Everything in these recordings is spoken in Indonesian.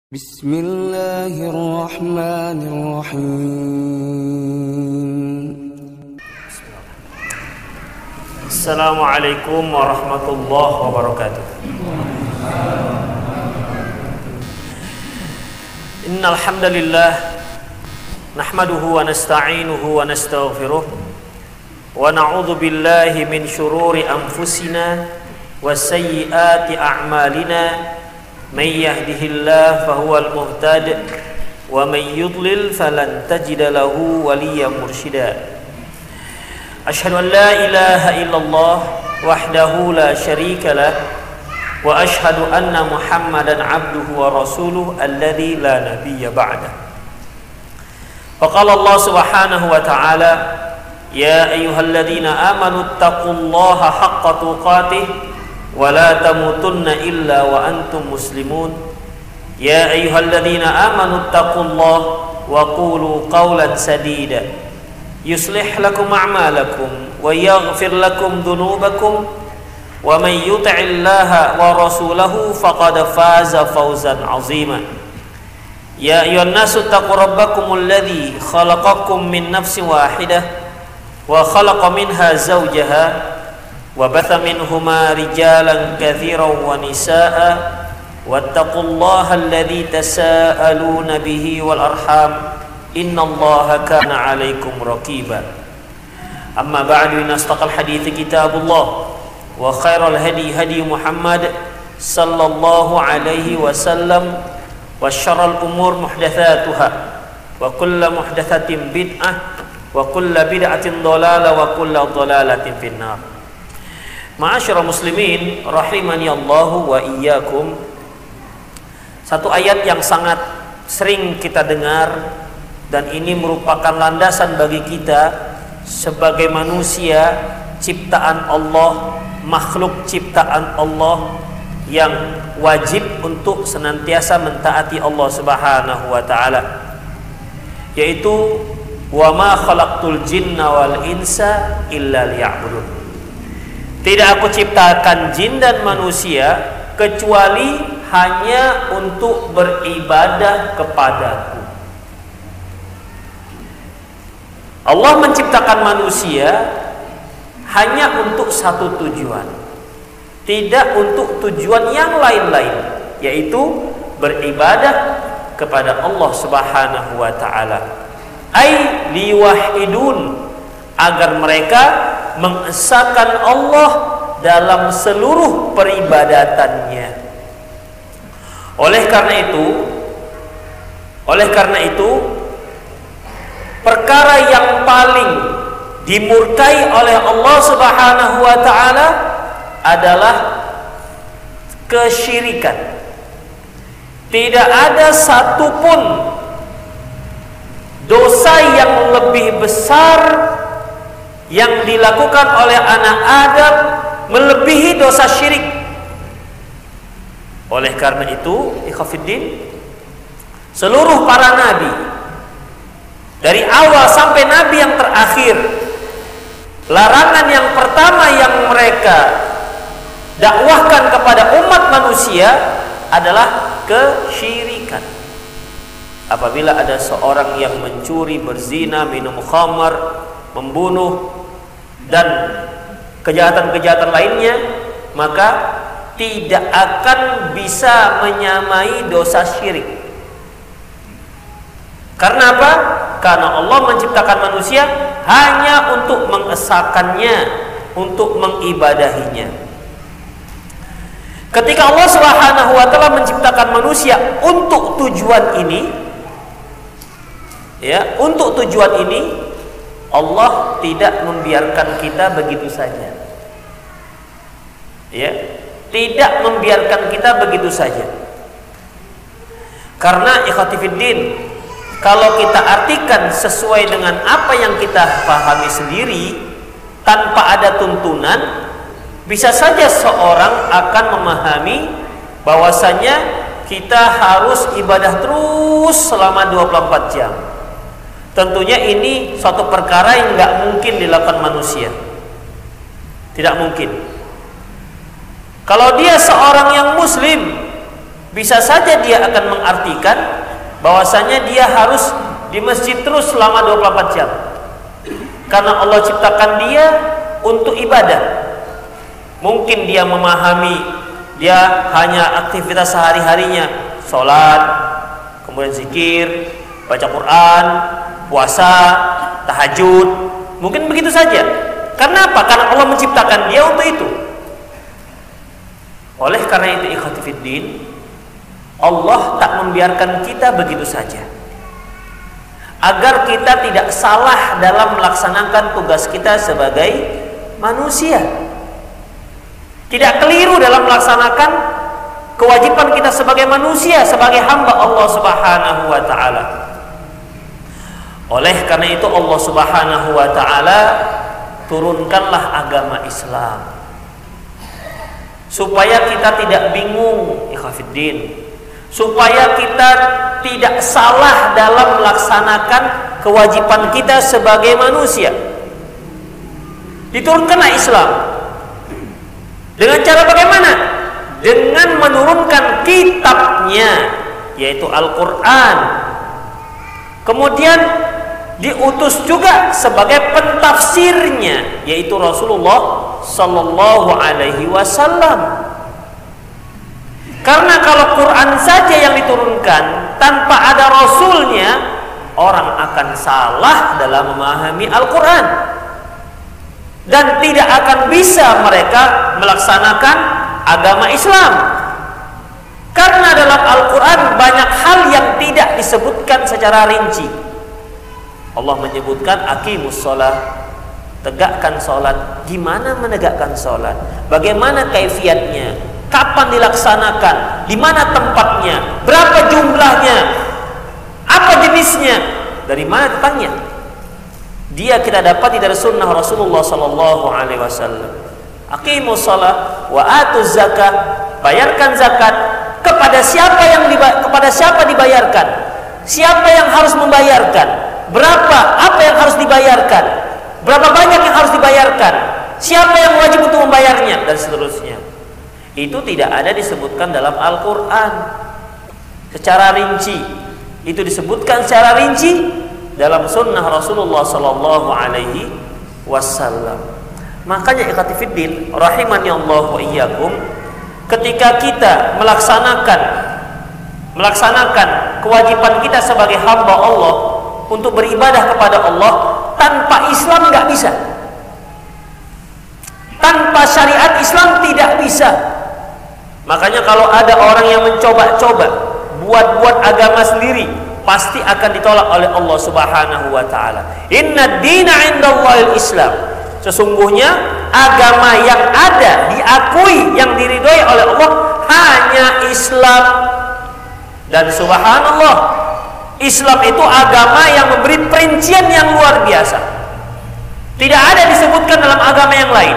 Bismillahirrahmanirrahim. Assalamualaikum warahmatullahi wabarakatuh. Innal hamdalillah nahmaduhu wa nasta'inuhu wa nastaghfiruh wa na'udzu billahi min shururi anfusina wa sayyiati a'malina may yahdihillahu fahuwal muhtad wa may yudlil falan tajida lahu waliyyan mursyida. Asyhadu an la ilaha illallah wahdahu la syarika lah wa asyhadu anna Muhammadan abduhu wa rasuluhu alladzi la nabiyya ba'dah. Faqala Allah subhanahu wa ta'ala, ya ayyuhalladzina amanu taqullaha haqqa tuqatih wa la tamutunna illa wa antum muslimun. Ya ayyuhalladzina amanu taqullaha wa qulu qawlan sadida yuslih lakum a'malakum wa yaghfir lakum dhunubakum wa man yuti'illaha wa rasulahu faqad faza fawzan 'azima. Ya ayyuhan nasu taqu rabbakumul ladzi khalaqakum min nafsin wahidah wa khalaqa minha zawjaha wa batha minhuma rijalan katsiran wa nisaa'a wattaqullaha alladzi tasaaluna bihi wal arham innallaha kana 'alaikum raqiba. Amma ba'du, inna astaqal hadithi kitabullah wa khairal hadi hadi Muhammad sallallahu alaihi wasallam wa syarrul umur muhdatsatuha wa kullu muhdatsatin bid'ah wa kullu bid'atin dhalalah wa kullu dhalalatin finnar. Ma'asyiral muslimin rahimani Allahu wa iyyakum. Satu ayat yang sangat sering kita dengar dan ini merupakan landasan bagi kita sebagai manusia ciptaan Allah, makhluk ciptaan Allah yang wajib untuk senantiasa mentaati Allah Subhanahu wa taala, yaitu wa ma khalaqtul jinna wal insa illa liya'budun. Tidak aku ciptakan jin dan manusia kecuali hanya untuk beribadah kepadaku. Allah menciptakan manusia hanya untuk satu tujuan, tidak untuk tujuan yang lain-lain, yaitu beribadah kepada Allah Subhanahu wa taala. Ai liwahidun, agar mereka mengesahkan Allah dalam seluruh peribadatannya. Oleh karena itu perkara yang paling dimurkai oleh Allah Subhanahu wa taala adalah kesyirikan. Tidak ada satupun dosa yang lebih besar yang dilakukan oleh anak Adam melebihi dosa syirik. Oleh karena itu, ikhwatiddin, seluruh para nabi dari awal sampai nabi yang terakhir, larangan yang pertama yang mereka dakwahkan kepada umat manusia adalah kesyirikan. Apabila ada seorang yang mencuri, berzina, minum khamar, membunuh dan kejahatan-kejahatan lainnya, maka tidak akan bisa menyamai dosa syirik. Karena apa? Karena Allah menciptakan manusia hanya untuk mengesahkannya, untuk mengibadahinya. Ketika Allah Subhanahu wa taala menciptakan manusia untuk tujuan ini, ya, untuk tujuan ini, Allah tidak membiarkan kita begitu saja. Ya, tidak membiarkan kita begitu saja. Karena ikhwatifiddin, kalau kita artikan sesuai dengan apa yang kita pahami sendiri tanpa ada tuntunan, bisa saja seorang akan memahami bahwasanya kita harus ibadah terus selama 24 jam. Tentunya ini suatu perkara yang nggak mungkin dilakukan manusia. Tidak mungkin. Kalau dia seorang yang muslim Bisa saja dia akan mengartikan bahwasanya dia harus di masjid terus selama 24 jam. Karena Allah ciptakan dia untuk ibadah. Mungkin dia memahami, dia hanya aktivitas sehari-harinya, sholat, kemudian zikir, baca Quran, puasa, tahajud, mungkin begitu saja. Karena apa? Karena Allah menciptakan dia untuk itu. Oleh karena itu, ikhwati fiddin, Allah tak membiarkan kita begitu saja, agar kita tidak salah dalam melaksanakan tugas kita sebagai manusia, tidak keliru dalam melaksanakan kewajiban kita sebagai manusia, sebagai hamba Allah Subhanahu wa ta'ala. Oleh karena itu Allah Subhanahu wa ta'ala turunkanlah agama Islam supaya kita tidak bingung, ikhwatiddin, supaya kita tidak salah dalam melaksanakan kewajiban kita sebagai manusia. Diturunkanlah Islam dengan cara bagaimana? Dengan menurunkan kitabnya, yaitu Al-Quran. Kemudian diutus juga sebagai pentafsirnya, yaitu Rasulullah Sallallahu Alaihi Wasallam. Karena kalau Quran saja yang diturunkan tanpa ada Rasulnya, orang akan salah dalam memahami Al-Quran dan tidak akan bisa mereka melaksanakan agama Islam. Karena dalam Al-Quran banyak hal yang tidak disebutkan secara rinci. Allah menyebutkan aqimus sholat, tegakkan sholat. Gimana menegakkan sholat? Bagaimana kaifiatnya? Kapan dilaksanakan? Di mana tempatnya? Berapa jumlahnya? Apa jenisnya? Dari mana datangnya? Dia kita dapati dari sunnah Rasulullah Sallallahu Alaihi Wasallam. Aqimus shalah wa atuz zakat. Bayarkan zakat. Kepada siapa dibayarkan? Siapa yang harus membayarkan? Berapa? Apa yang harus dibayarkan? Berapa banyak yang harus dibayarkan? Siapa yang wajib untuk membayarnya? Dan seterusnya. Itu tidak ada disebutkan dalam Al-Quran secara rinci. Itu disebutkan secara rinci dalam sunnah Rasulullah Sallallahu Alaihi Wasallam. Makanya ikhwati fiddin rahimani Allah wa iyyakum, ketika kita melaksanakan kewajiban kita sebagai hamba Allah untuk beribadah kepada Allah, tanpa Islam nggak bisa, tanpa syariat Islam tidak bisa. Makanya kalau ada orang yang mencoba-coba buat agama sendiri, pasti akan ditolak oleh Allah Subhanahu wa ta'ala. Inna dina indallahil Islam. Sesungguhnya agama yang ada, diakui, yang diridhoi oleh Allah hanya Islam. Dan subhanallah, Islam itu agama yang memberi perincian yang luar biasa. Tidak ada disebutkan dalam agama yang lain.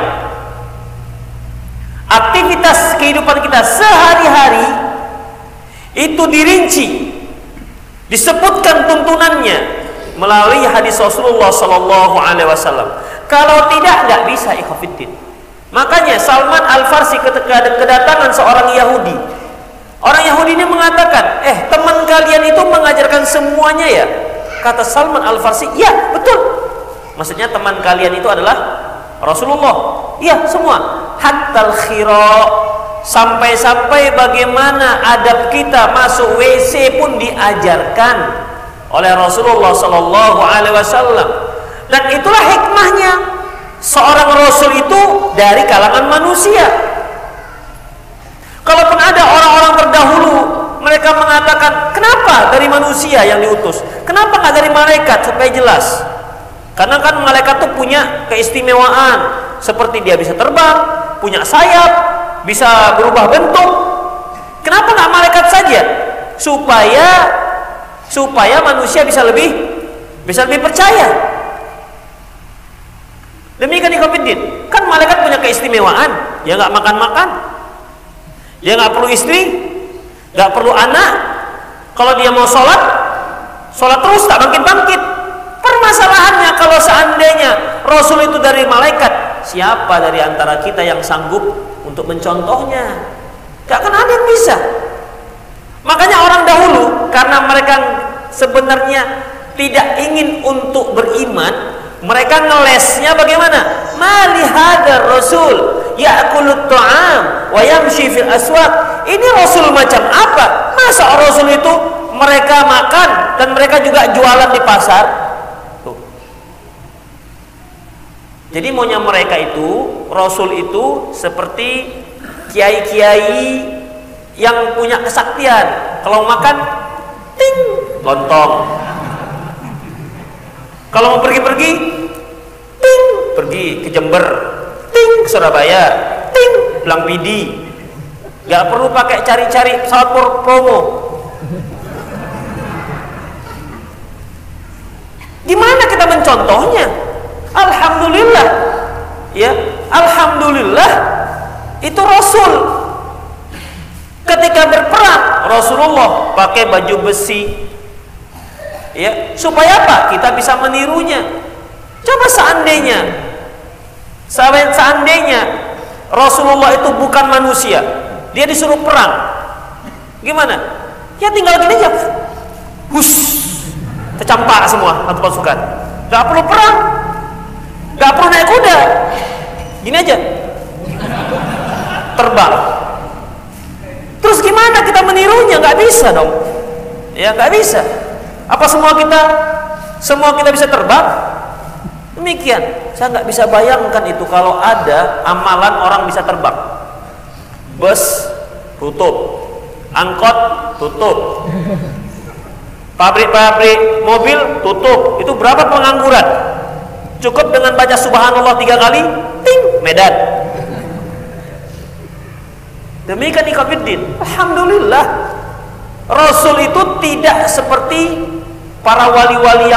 Aktivitas kehidupan kita sehari-hari itu dirinci, disebutkan tuntunannya melalui hadis Rasulullah Sallallahu Alaihi Wasallam. Kalau tidak, nggak bisa, ikhwatiddin. Makanya Salman Al-Farsi ketika kedatangan seorang Yahudi, orang Yahudi ini mengatakan, teman kalian itu mengajarkan semuanya ya? Kata Salman Al-Farsi, ya betul. Maksudnya teman kalian itu adalah Rasulullah. Iya, semua. Hattal khira, sampai-sampai bagaimana adab kita masuk WC pun diajarkan oleh Rasulullah Sallallahu Alaihi Wasallam. Dan itulah hikmahnya seorang Rasul itu dari kalangan manusia. Kalaupun ada orang-orang terdahulu, mereka mengatakan, kenapa dari manusia yang diutus? Kenapa nggak dari malaikat? Supaya jelas. Karena kan malaikat itu punya keistimewaan, seperti dia bisa terbang, punya sayap, bisa berubah bentuk. Kenapa nggak malaikat saja? Supaya manusia bisa lebih percaya. Demikian ikhwatiddin. Kan malaikat punya keistimewaan, dia nggak makan, dia nggak perlu istri, nggak perlu anak. Kalau dia mau sholat terus tak bangkit. Permasalahannya kalau seandainya Rasul itu dari malaikat, siapa dari antara kita yang sanggup untuk mencontohnya? Gak akan ada yang bisa. Makanya orang dahulu karena mereka sebenarnya tidak ingin untuk beriman, mereka ngelesnya bagaimana? Mali hadar rasul ya'kulut ta'am wa yamshi fil aswaq. Ini rasul macam apa? Masa rasul itu mereka makan dan mereka juga jualan di pasar? Tuh. Jadi maunya mereka itu, rasul itu seperti kiai-kiai yang punya kesaktian. Kalau makan, ting, lontong. Kalau mau pergi-pergi, ting, pergi ke Jember, ting, ke Surabaya, ting, Pulang Pidi. Gak perlu pakai cari-cari pesawat promo. Gimana kita mencontohnya? Alhamdulillah, ya, alhamdulillah itu Rasul. Ketika berperang, Rasulullah pakai baju besi, ya, supaya apa? Kita bisa menirunya. Coba seandainya Rasulullah itu bukan manusia, dia disuruh perang, gimana? Ya tinggal gini aja, hus, tercampak semua satu pasukan. Gak perlu perang, gak perlu naik kuda, gini aja, terbang. Terus gimana kita menirunya? Gak bisa dong, ya gak bisa. Apa semua kita bisa terbang? Demikian. Saya nggak bisa bayangkan itu kalau ada amalan orang bisa terbang. Bus tutup, angkot tutup, pabrik-pabrik mobil tutup. Itu berapa pengangguran? Cukup dengan baca subhanallah 3 kali, ting, Medan. Demikian ikhwatiddin. Alhamdulillah, Rasul itu tidak seperti para wali-wali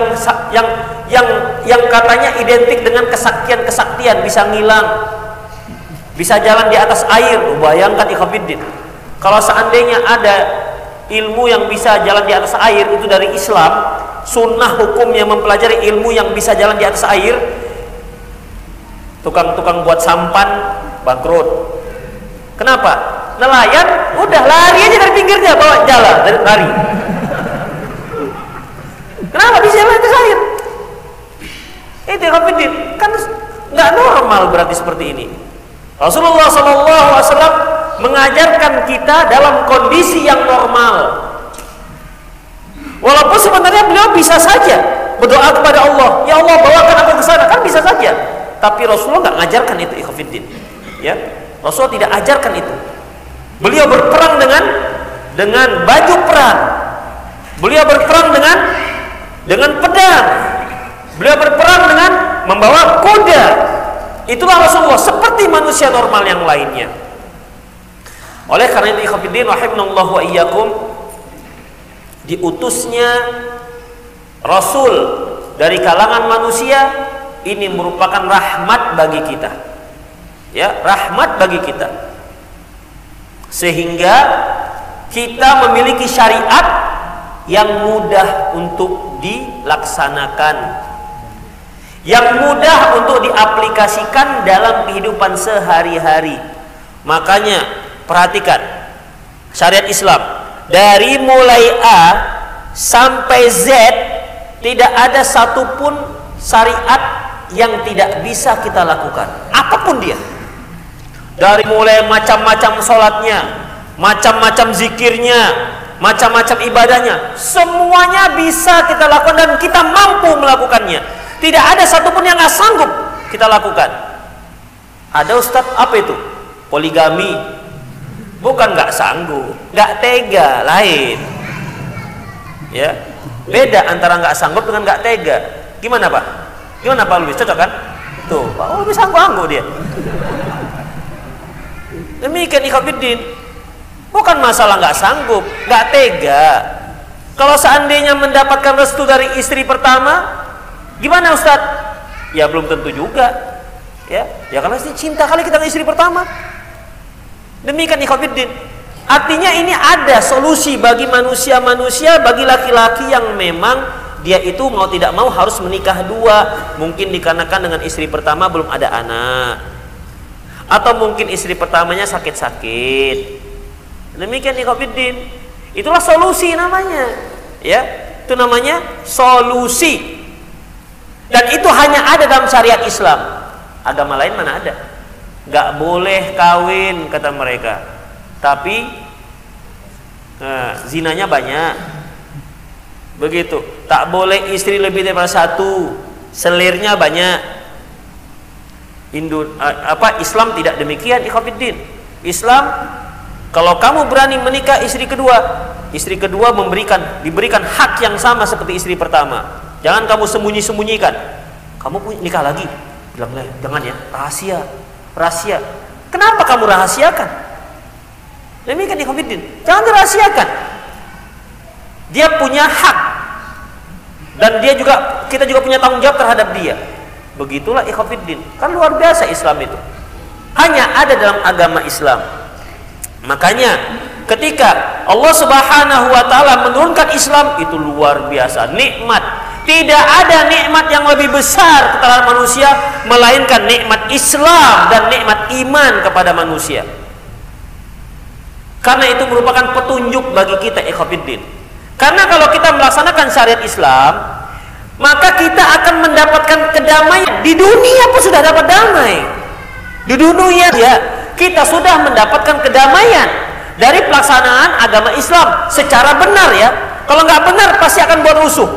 yang katanya identik dengan kesaktian, bisa ngilang, bisa jalan di atas air. Bayangkan ikhwatiddin, kalau seandainya ada ilmu yang bisa jalan di atas air itu dari Islam, sunnah hukumnya mempelajari ilmu yang bisa jalan di atas air, tukang-tukang buat sampan bangkrut. Kenapa? Nelayan udah lari aja dari pinggirnya, bawa jalan dari lari. Kenapa bisa jalan atas air? Itu kan nggak normal berarti seperti ini. Rasulullah SAW mengajarkan kita dalam kondisi yang normal. Walaupun sebenarnya beliau bisa saja berdoa kepada Allah, ya Allah bawakan aku ke sana, kan bisa saja. Tapi Rasulullah nggak ngajarkan itu, ikhwatiddin. Ya, Rasulullah tidak ajarkan itu. Beliau berperang dengan baju perang. Beliau berperang dengan pedang. Beliau berperang dengan membawa kuda. Itulah Rasulullah seperti manusia normal yang lainnya. Oleh karena itu ikhwatiddin rahimanallahu wa iyyakum, diutusnya Rasul dari kalangan manusia ini merupakan rahmat bagi kita. Ya, rahmat bagi kita. Sehingga kita memiliki syariat yang mudah untuk dilaksanakan, yang mudah untuk diaplikasikan dalam kehidupan sehari-hari. Makanya perhatikan syariat Islam dari mulai A sampai Z, tidak ada satupun syariat yang tidak bisa kita lakukan, apapun dia. Dari mulai macam-macam sholatnya, macam-macam zikirnya, macam-macam ibadahnya, semuanya bisa kita lakukan dan kita mampu melakukannya. Tidak ada satupun yang nggak sanggup kita lakukan. Ada Ustadz, apa itu? Poligami. Bukan nggak sanggup, nggak tega, lain. Ya, beda antara nggak sanggup dengan nggak tega. Gimana Pak? Gimana Pak Luis? Cocok kan? Tuh, Pak Luis sanggup dia. Demikian ikhwatiddin, bukan masalah nggak sanggup, nggak tega. Kalau seandainya mendapatkan restu dari istri pertama, gimana Ustadz? Ya belum tentu juga. Ya karena cinta kali kita dengan istri pertama. Demikian ikhwatiddin. Artinya ini ada solusi bagi manusia-manusia, bagi laki-laki yang memang dia itu mau tidak mau harus menikah dua. Mungkin dikarenakan dengan istri pertama belum ada anak, atau mungkin istri pertamanya sakit-sakit. Demikian ikhwatiddin. Itulah solusi namanya. Ya, itu namanya solusi. Dan itu hanya ada dalam syariat Islam. Agama lain mana ada? Gak boleh kawin kata mereka. Tapi zinanya banyak. Begitu. Tak boleh istri lebih daripada satu. Selirnya banyak. Islam tidak demikian, ikhwatiddin. Islam, kalau kamu berani menikah istri kedua diberikan hak yang sama seperti istri pertama. Jangan kamu sembunyi-sembunyikan. Kamu punya nikah lagi, bilang jangan ya, rahasia. Kenapa kamu rahasiakan? Demikian ikhwatiddin, jangan dirahasiakan. Dia punya hak, dan kita juga punya tanggung jawab terhadap dia. Begitulah ikhwatiddin. Kan luar biasa Islam itu. Hanya ada dalam agama Islam. Makanya ketika Allah Subhanahu wa taala menurunkan Islam, itu luar biasa nikmat. Tidak ada nikmat yang lebih besar kepada manusia melainkan nikmat Islam dan nikmat iman kepada manusia. Karena itu merupakan petunjuk bagi kita ikhwatiddin. Karena kalau kita melaksanakan syariat Islam, maka kita akan mendapatkan kedamaian. Di dunia pun sudah dapat damai. Di dunia ya, kita sudah mendapatkan kedamaian dari pelaksanaan agama Islam secara benar ya. Kalau nggak benar pasti akan buat rusuh.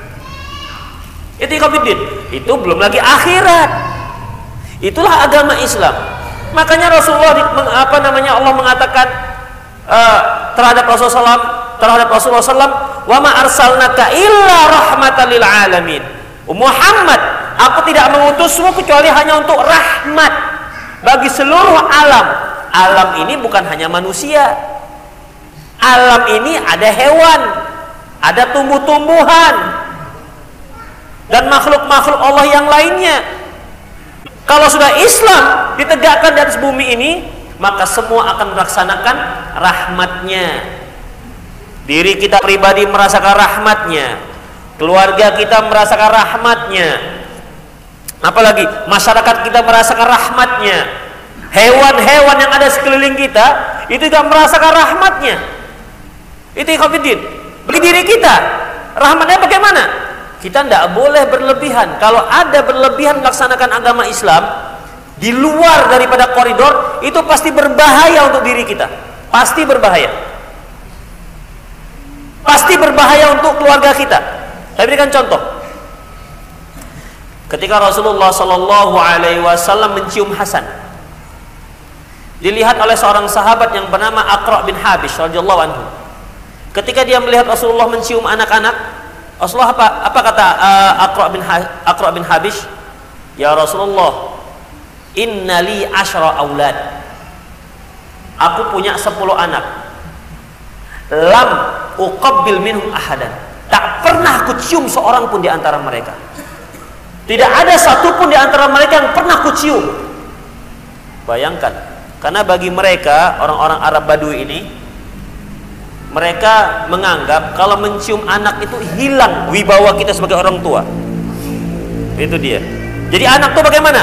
Itu ikhwatiddin. Itu belum lagi akhirat. Itulah agama Islam. Makanya Allah mengatakan terhadap Rasulullah SAW, wa ma arsalnaka illa rahmatan lil alamin. Muhammad, aku tidak mengutusmu kecuali hanya untuk rahmat bagi seluruh alam. Alam ini bukan hanya manusia. Alam ini ada hewan, ada tumbuh-tumbuhan, dan makhluk-makhluk Allah yang lainnya. Kalau sudah Islam ditegakkan di atas bumi ini, maka semua akan melaksanakan rahmatnya. Diri kita pribadi merasakan rahmatnya, keluarga kita merasakan rahmatnya, apalagi masyarakat kita merasakan rahmatnya, hewan-hewan yang ada sekeliling kita itu juga merasakan rahmatnya. Itu ikhwatiddin. Bagi diri kita rahmatnya bagaimana? Kita tidak boleh berlebihan. Kalau ada berlebihan melaksanakan agama Islam di luar daripada koridor, itu pasti berbahaya untuk diri kita. Pasti berbahaya. Pasti berbahaya untuk keluarga kita. Saya berikan contoh. Ketika Rasulullah Shallallahu Alaihi Wasallam mencium Hasan, dilihat oleh seorang sahabat yang bernama Aqra bin Habis radhiyallahu anhu. Ketika dia melihat Rasulullah mencium anak-anak, Rasulullah apa kata Aqra bin Habis? Ya Rasulullah, innali asyra aulad. Aku punya 10 anak. Lam uqabbil minhum ahadan. Tak pernah aku cium seorang pun di antara mereka. Tidak ada satupun di antara mereka yang pernah aku cium. Bayangkan, karena bagi mereka orang-orang Arab Badui ini, mereka menganggap kalau mencium anak itu hilang wibawa kita sebagai orang tua. Itu dia. Jadi anak tuh bagaimana?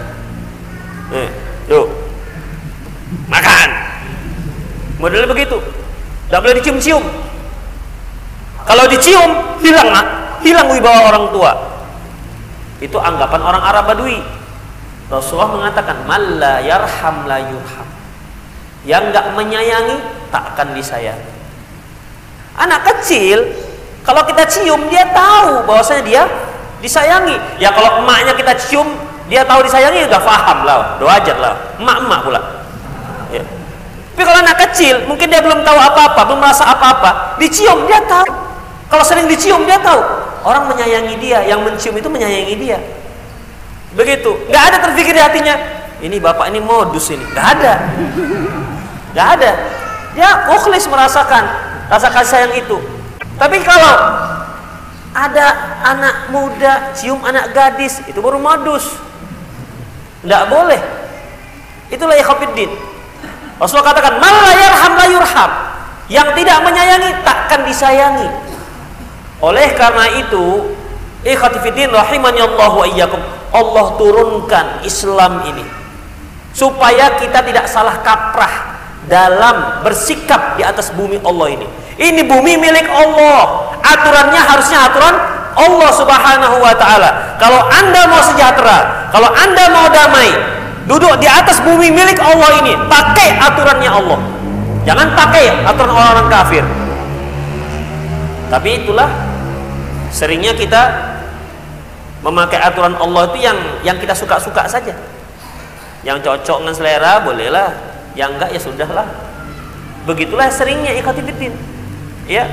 Yuk makan. Modelnya begitu. Tidak boleh dicium-cium. Kalau dicium, hilang wibawa orang tua. Itu anggapan orang Arab Badui. Rasulullah mengatakan, "Man la yarham la yurham." Yang enggak menyayangi tak akan disayangi. Anak kecil, kalau kita cium dia tahu bahwasanya dia disayangi. Ya kalau emaknya kita cium, dia tahu disayangi, udah paham lah, udah wajar lah. Emak-emak pula. Ya. Tapi kalau anak kecil, mungkin dia belum tahu apa-apa, belum merasa apa-apa, dicium dia tahu. Kalau sering dicium dia tahu orang menyayangi dia, yang mencium itu menyayangi dia. Begitu, nggak ada terpikir di hatinya, ini bapak ini modus ini, nggak ada. Dia ikhlas merasakan rasa kasih sayang itu. Tapi kalau ada anak muda cium anak gadis, itu baru modus. Nggak boleh. Itulah ikhwatiddin. Rasulullah katakan, "Man la yarham la yurham." Yang tidak menyayangi takkan disayangi. Oleh karena itu, ikhwatiddin rahimani Allah wa iyyakum, Allah turunkan Islam ini supaya kita tidak salah kaprah dalam bersikap di atas bumi Allah ini. Ini bumi milik Allah. Aturannya harusnya aturan Allah Subhanahu wa taala. Kalau Anda mau sejahtera, kalau Anda mau damai, duduk di atas bumi milik Allah ini, pakai aturannya Allah. Jangan pakai aturan orang-orang kafir. Tapi itulah seringnya kita memakai aturan Allah itu yang kita suka-suka saja. Yang cocok dengan selera bolehlah, yang enggak ya sudahlah. Begitulah seringnya ikhwatifiddin. Ya.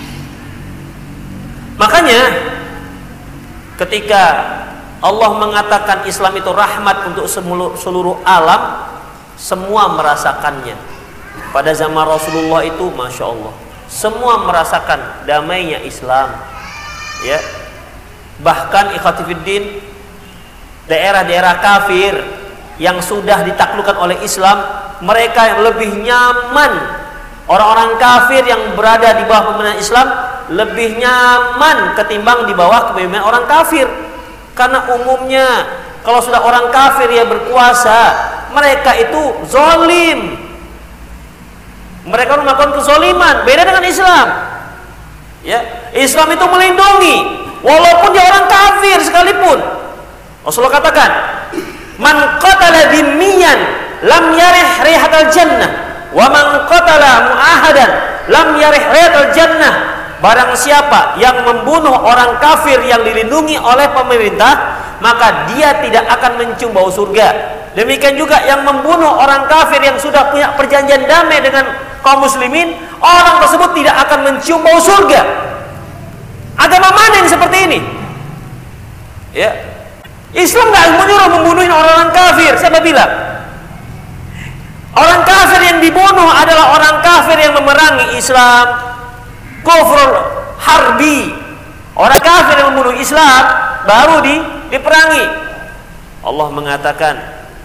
Makanya ketika Allah mengatakan Islam itu rahmat untuk seluruh alam, semua merasakannya. Pada zaman Rasulullah itu, masya Allah, semua merasakan damainya Islam. Ya. Bahkan ikhwatifiddin, daerah-daerah kafir yang sudah ditaklukkan oleh Islam, mereka yang lebih nyaman, orang-orang kafir yang berada di bawah pemerintahan Islam lebih nyaman ketimbang di bawah kepemimpinan orang kafir. Karena umumnya kalau sudah orang kafir yang berkuasa, mereka itu zalim, mereka melakukan kezaliman. Beda dengan Islam. Ya, Islam itu melindungi walaupun dia orang kafir sekalipun. Rasulullah katakan, man qatala dhimmiyan lam yarih rihatal jannah wa man qatala mu'ahadan lam yarih rihatal jannah. Barang siapa yang membunuh orang kafir yang dilindungi oleh pemerintah, maka dia tidak akan mencium bau surga. Demikian juga yang membunuh orang kafir yang sudah punya perjanjian damai dengan kaum muslimin, orang tersebut tidak akan mencium bau surga. Agama mana yang seperti ini? Ya, Islam nggak menyuruh membunuh orang kafir. Siapa bilang? Orang kafir yang dibunuh adalah orang kafir yang memerangi Islam, kufur harbi. Orang kafir yang membunuh Islam baru diperangi. Allah mengatakan,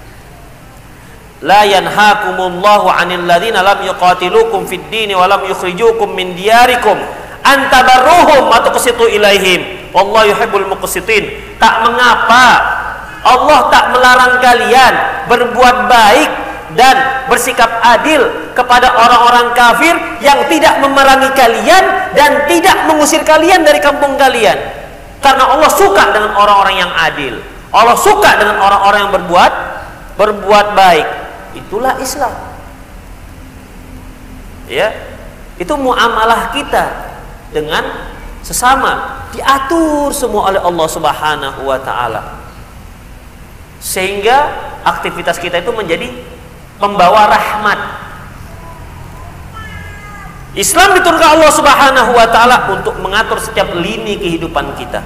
la yanhaakumullahu 'anil ladzina lam yuqatilukum fid dini wa lam yukhrijukum min diyarikum antabarruhum wa tuqsitu ilaihim wallahu yuhibbul muqsitin. Tak mengapa Allah tak melarang kalian berbuat baik dan bersikap adil kepada orang-orang kafir yang tidak memerangi kalian dan tidak mengusir kalian dari kampung kalian. Karena Allah suka dengan orang-orang yang adil. Allah suka dengan orang-orang yang berbuat baik. Itulah Islam. Ya, itu muamalah kita dengan sesama diatur semua oleh Allah Subhanahu wa taala. Sehingga aktivitas kita itu menjadi membawa rahmat. Islam diturunkan Allah Subhanahu wa taala untuk mengatur setiap lini kehidupan kita.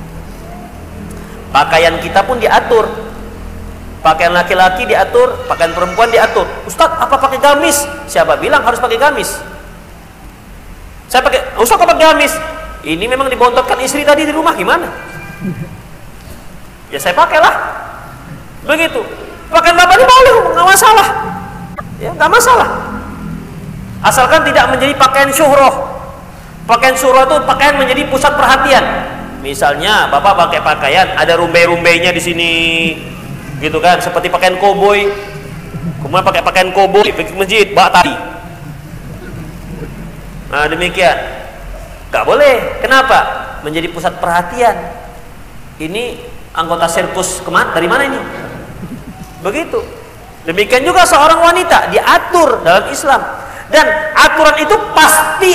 Pakaian kita pun diatur. Pakaian laki-laki diatur, pakaian perempuan diatur. Ustadz, apa pakai gamis? Siapa bilang harus pakai gamis? Saya pakai, Ustadz kok pakai gamis? Ini memang dibontotkan istri tadi di rumah, gimana? Ya saya pakailah. Begitu. Pakaian bapak ini boleh, nggak masalah. Ya, nggak masalah. Asalkan tidak menjadi pakaian syuhroh. Pakaian syuhroh itu pakaian menjadi pusat perhatian. Misalnya bapak pakai pakaian ada rumbai-rumbainya di sini, gitu kan? Seperti pakaian koboi. Kemudian pakai pakaian koboi pergi ke masjid, bawa tali. Nah demikian. Nggak boleh. Kenapa? Menjadi pusat perhatian. Ini anggota sirkus dari mana ini? Begitu. Demikian juga seorang wanita diatur dalam Islam, dan aturan itu pasti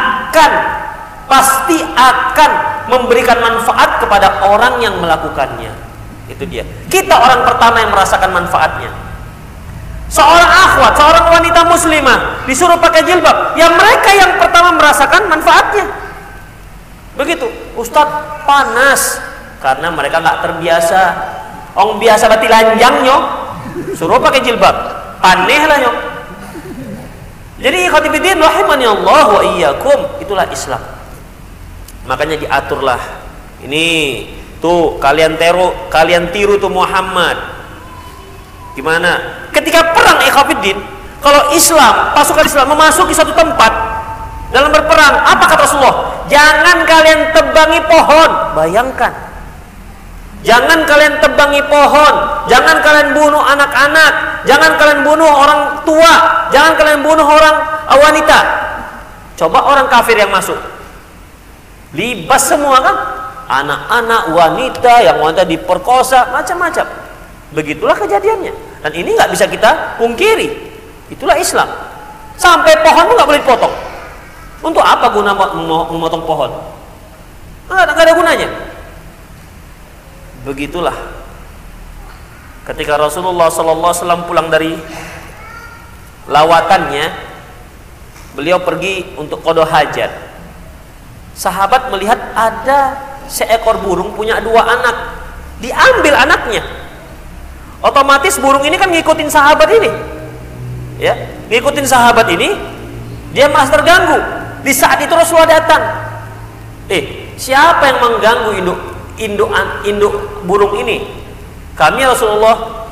akan memberikan manfaat kepada orang yang melakukannya. Itu dia. Kita orang pertama yang merasakan manfaatnya. Seorang akhwat, seorang wanita muslimah disuruh pakai jilbab, ya mereka yang pertama merasakan manfaatnya. Begitu. Ustadz, panas, karena mereka nggak terbiasa. Orang biasa berarti lanjangnya, suruh pakai jilbab, paneh lah nyok. Jadi ikhwatifiddin rahimani Allah wa iyyakum, itulah Islam. Makanya diaturlah. Ini tuh kalian tiru tuh Muhammad. Gimana? Ketika perang ikhwatifiddin, kalau Islam, pasukan Islam memasuki satu tempat dalam berperang, apa kata Rasulullah? Jangan kalian tebangi pohon. Bayangkan. Jangan kalian tebangi pohon, jangan kalian bunuh anak-anak, jangan kalian bunuh orang tua, jangan kalian bunuh orang wanita. Coba orang kafir yang masuk, libas semua kan, anak-anak, wanita yang wanita diperkosa, macam-macam. Begitulah kejadiannya. Dan ini nggak bisa kita pungkiri. Itulah Islam. Sampai pohon pun nggak boleh dipotong. Untuk apa guna memotong pohon? Nggak ada gunanya. Begitulah. Ketika Rasulullah SAW pulang dari lawatannya, beliau pergi untuk qada hajat. Sahabat melihat ada seekor burung punya 2 anak, diambil anaknya. Otomatis burung ini kan ngikutin sahabat ini, ya, ngikutin sahabat ini, dia merasa terganggu. Di saat itu Rasulullah datang. Siapa yang mengganggu induk burung ini? Kami, Rasulullah.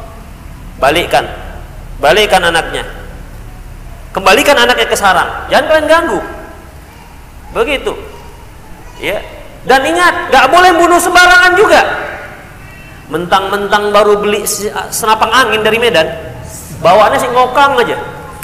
Balikkan anaknya. Kembalikan anaknya ke sarang. Jangan kalian ganggu. Begitu. Ya. Dan ingat, nggak boleh bunuh sembarangan juga. Mentang-mentang baru beli senapang angin dari Medan, bawaannya si ngokang aja.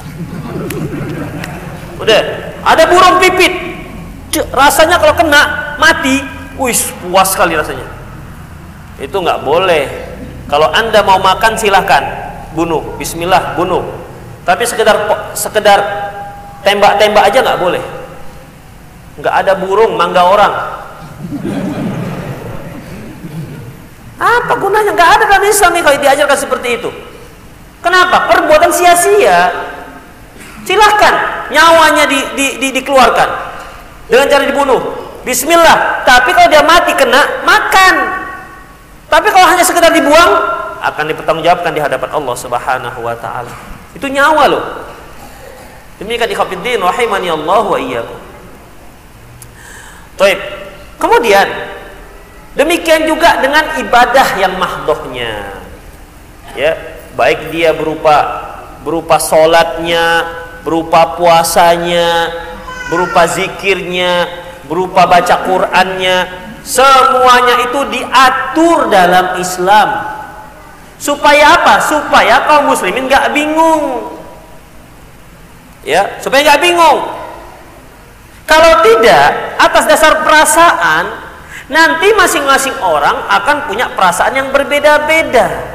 Udah, ada burung pipit. Rasanya kalau kena mati, wis puas sekali rasanya. Itu nggak boleh. Kalau Anda mau makan silahkan bunuh, bismillah bunuh. Tapi sekedar tembak-tembak aja nggak boleh. Nggak ada burung mangga orang. Apa gunanya? Nggak ada dalam Islam nih kalau diajarkan seperti itu. Kenapa? Perbuatan sia-sia. Silahkan nyawanya dikeluarkan dengan cara dibunuh. Bismillah. Tapi kalau dia mati kena, makan. Tapi kalau hanya sekedar dibuang, akan dipertanggungjawabkan di hadapan Allah Subhanahu wa taala. Itu nyawa loh. Demikian ikhwatiddin rahimani Allah wa iyyakum. Baik. Kemudian demikian juga dengan ibadah yang mahdohnya. Ya, baik dia berupa salatnya, berupa puasanya, berupa zikirnya, berupa baca Qur'annya, semuanya itu diatur dalam Islam. Supaya apa? Supaya kaum muslimin nggak bingung. Ya, supaya nggak bingung. Kalau tidak, atas dasar perasaan, nanti masing-masing orang akan punya perasaan yang berbeda-beda.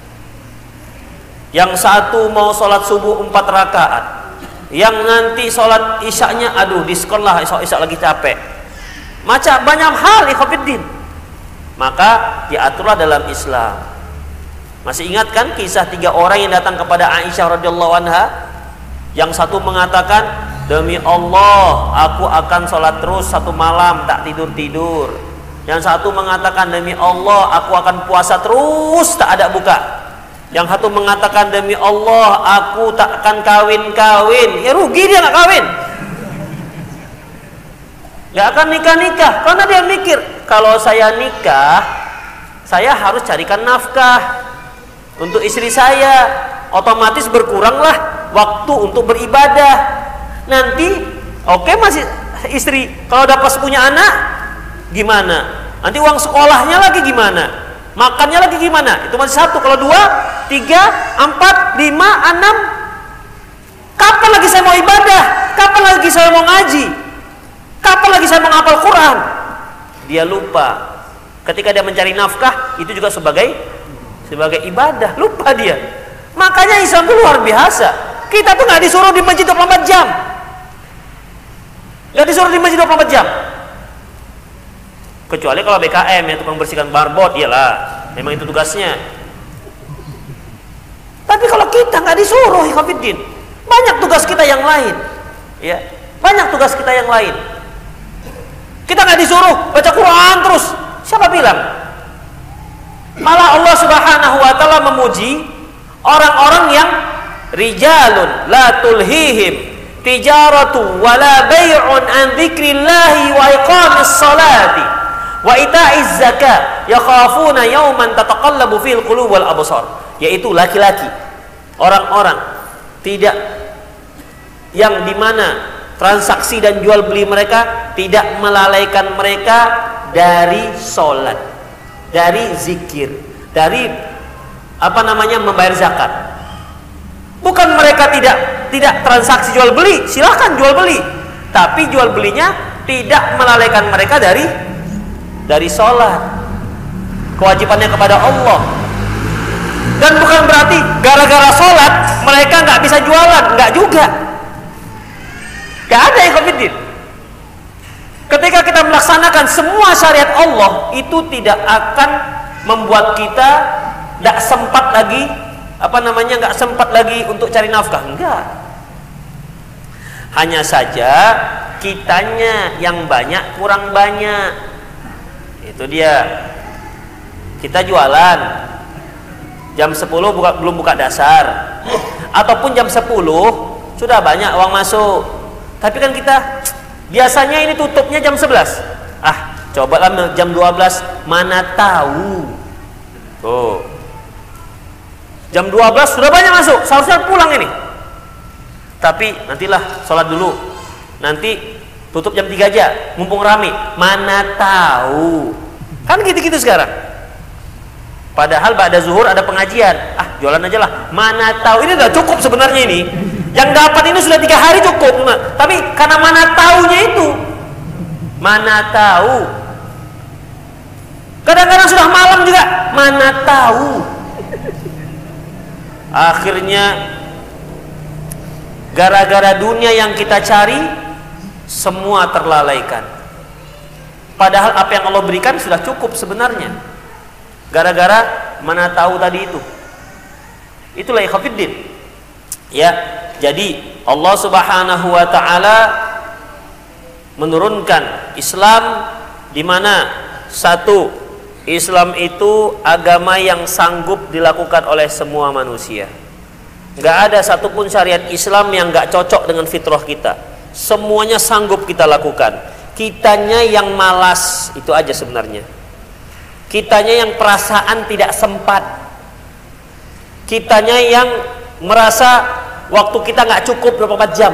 Yang satu mau sholat subuh 4 rakaat, yang nanti sholat isyaknya, aduh diskon lah, isak lagi capek. Macam banyak hal ikhwatiddin. Maka diaturlah dalam Islam. Masih ingat kan kisah 3 orang yang datang kepada Aisyah radhiyallahu anha? Yang satu mengatakan, demi Allah aku akan sholat terus 1 malam tak tidur-tidur. Yang satu mengatakan, demi Allah aku akan puasa terus tak ada buka. Yang satu mengatakan, demi Allah aku tak akan kawin-kawin. Ya rugi dia nggak kawin, nggak akan nikah-nikah. Karena dia mikir, kalau saya nikah, saya harus carikan nafkah untuk istri saya, otomatis berkuranglah waktu untuk beribadah. Nanti masih istri, kalau dapat punya anak gimana? Nanti uang sekolahnya lagi gimana? Makannya lagi gimana? Itu masih 1. Kalau 2, 3, 4, 5, 6, kapan lagi saya mau ibadah? Kapan lagi saya mau ngaji? Kapan lagi saya mau menghafal Quran? Dia lupa. Ketika dia mencari nafkah, itu juga sebagai ibadah. Lupa dia. Makanya Islam itu luar biasa. Kita tuh nggak disuruh di masjid 24 jam. Nggak disuruh di masjid 24 jam. Kecuali kalau BKM yang tukang bersihkan barbot, iyalah, memang itu tugasnya. Tapi kalau kita nggak disuruh, ikhwatiddin, banyak tugas kita yang lain, ya, banyak tugas kita yang lain. Kita nggak disuruh baca Quran terus. Siapa bilang? Malah Allah Subhanahu wa taala memuji orang-orang yang rijalun la tulhihim tijaratu wala bai'un an dzikrillahi wa iqamis salati wa ita'iz zakat yakhafuna yawman tataqallabu fil qulub wal absar. Yaitu laki-laki, orang-orang tidak yang dimana transaksi dan jual beli mereka tidak melalaikan mereka dari sholat, dari zikir, dari membayar zakat. Bukan mereka tidak transaksi jual beli, silahkan jual beli, tapi jual belinya tidak melalaikan mereka dari sholat, kewajibannya kepada Allah. Dan bukan berarti gara-gara sholat mereka nggak bisa jualan, nggak juga. Nggak ada yang kompetitif. Ketika kita melaksanakan semua syariat Allah, itu tidak akan membuat kita nggak sempat lagi, nggak sempat lagi untuk cari nafkah. Enggak. Hanya saja kitanya yang banyak kurang banyak. Itu dia. Kita jualan jam 10 belum buka dasar, ataupun jam 10 sudah banyak uang masuk. Tapi kan kita biasanya ini tutupnya jam 11. Cobalah jam 12, mana tahu. Tuh. Jam 12 sudah banyak masuk, seharusnya pulang ini. Tapi nantilah sholat dulu. Nanti tutup jam 3 aja, mumpung rame. Mana tahu. Kan gitu-gitu sekarang. Padahal ba'da zuhur ada pengajian. Jualan aja lah. Mana tahu, ini udah cukup sebenarnya ini. Yang dapat ini sudah 3 hari cukup. Tapi karena mana taunya itu. Mana tahu. Kadang-kadang sudah malam juga. Mana tahu. Akhirnya gara-gara dunia yang kita cari, semua terlalaikan. Padahal apa yang Allah berikan sudah cukup sebenarnya. Gara-gara mana tahu tadi itu. Itulah ikhwafiddin. Ya, jadi Allah Subhanahu wa taala menurunkan Islam, di mana satu, Islam itu agama yang sanggup dilakukan oleh semua manusia. Nggak ada satupun syariat Islam yang nggak cocok dengan fitrah kita. Semuanya sanggup kita lakukan. Kitanya yang malas, itu aja sebenarnya. Kitanya yang perasaan tidak sempat. Kitanya yang merasa waktu kita nggak cukup 24 jam.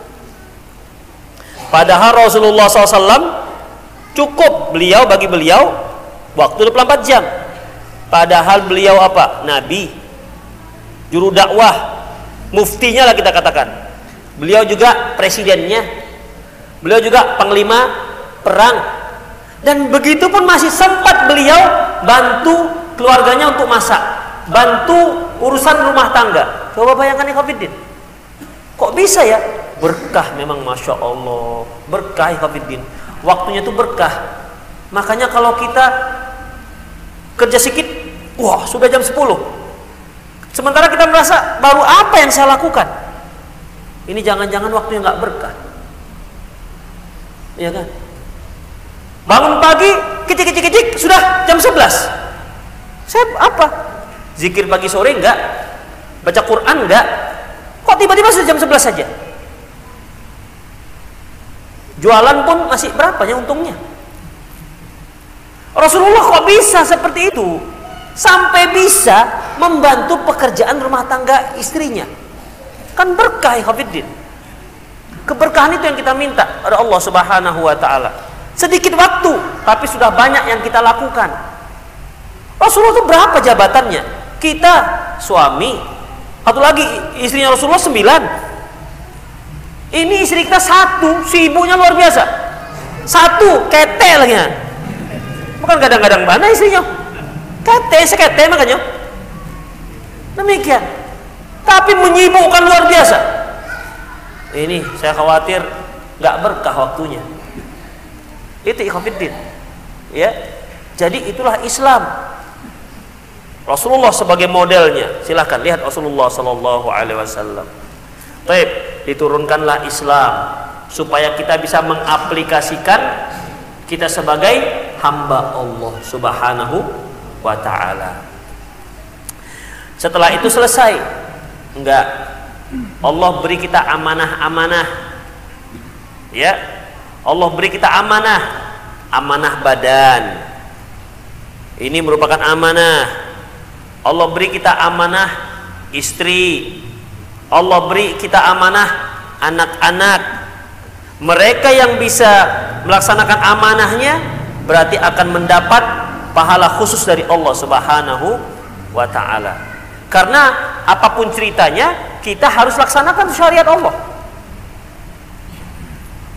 Padahal Rasulullah SAW cukup bagi beliau waktu 24 jam. Padahal beliau apa? Nabi, juru dakwah, muftinya lah kita katakan. Beliau juga presidennya, beliau juga panglima perang. Dan begitu pun masih sempat beliau bantu keluarganya untuk masak, bantu urusan rumah tangga. Coba bayangkan ikhwatiddin, kok bisa ya? Berkah memang, masya Allah, berkah ikhwatiddin. Waktunya itu berkah. Makanya kalau kita kerja sedikit, wah sudah jam 10. Sementara kita merasa baru apa yang saya lakukan? Ini jangan-jangan waktunya nggak berkah. Iya kan? Bangun pagi, kicik sudah jam 11. Saya apa? Zikir pagi sore enggak? Baca Quran enggak? Kok tiba-tiba sudah jam 11 saja? Jualan pun masih berapa ya untungnya? Rasulullah kok bisa seperti itu? Sampai bisa membantu pekerjaan rumah tangga istrinya. Kan berkah ikhwatiddin. Keberkahan itu yang kita minta pada Allah Subhanahu wa taala. Sedikit waktu, tapi sudah banyak yang kita lakukan. Rasulullah itu berapa jabatannya? Kita suami, satu lagi istrinya Rasulullah 9. Ini istri kita 1, sibuknya luar biasa. 1 ketelnya. Bukan kadang-kadang mana istrinya? Sekete makanya. Demikian. Tapi menyibukkan luar biasa. Ini saya khawatir nggak berkah waktunya. Itu ikhwatiddin. Ya. Jadi itulah Islam. Rasulullah sebagai modelnya. Silahkan lihat Rasulullah sallallahu alaihi wasallam. Baik, diturunkanlah Islam supaya kita bisa mengaplikasikan kita sebagai hamba Allah Subhanahu wa taala. Setelah itu selesai? Enggak. Allah beri kita amanah-amanah. Ya. Allah beri kita amanah, amanah badan. Ini merupakan amanah. Allah beri kita amanah istri. Allah beri kita amanah anak-anak. Mereka yang bisa melaksanakan amanahnya berarti akan mendapat pahala khusus dari Allah Subhanahu wa taala. Karena apapun ceritanya, kita harus laksanakan syariat Allah.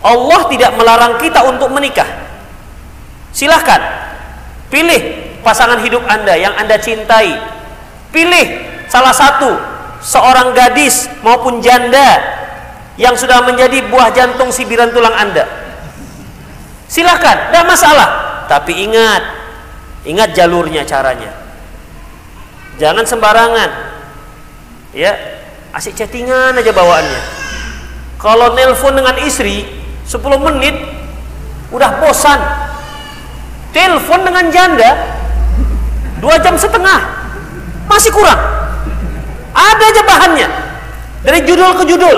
Allah tidak melarang kita untuk menikah. Silahkan pilih pasangan hidup Anda yang Anda cintai. Pilih salah satu, seorang gadis maupun janda yang sudah menjadi buah jantung sibiran tulang Anda. Silahkan, tidak masalah. Tapi ingat jalurnya, caranya. Jangan sembarangan. Ya, asik chattingan aja bawaannya. Kalau nelpon dengan istri 10 menit udah bosan. Telepon dengan janda 2,5 jam masih kurang. Ada aja bahannya. Dari judul ke judul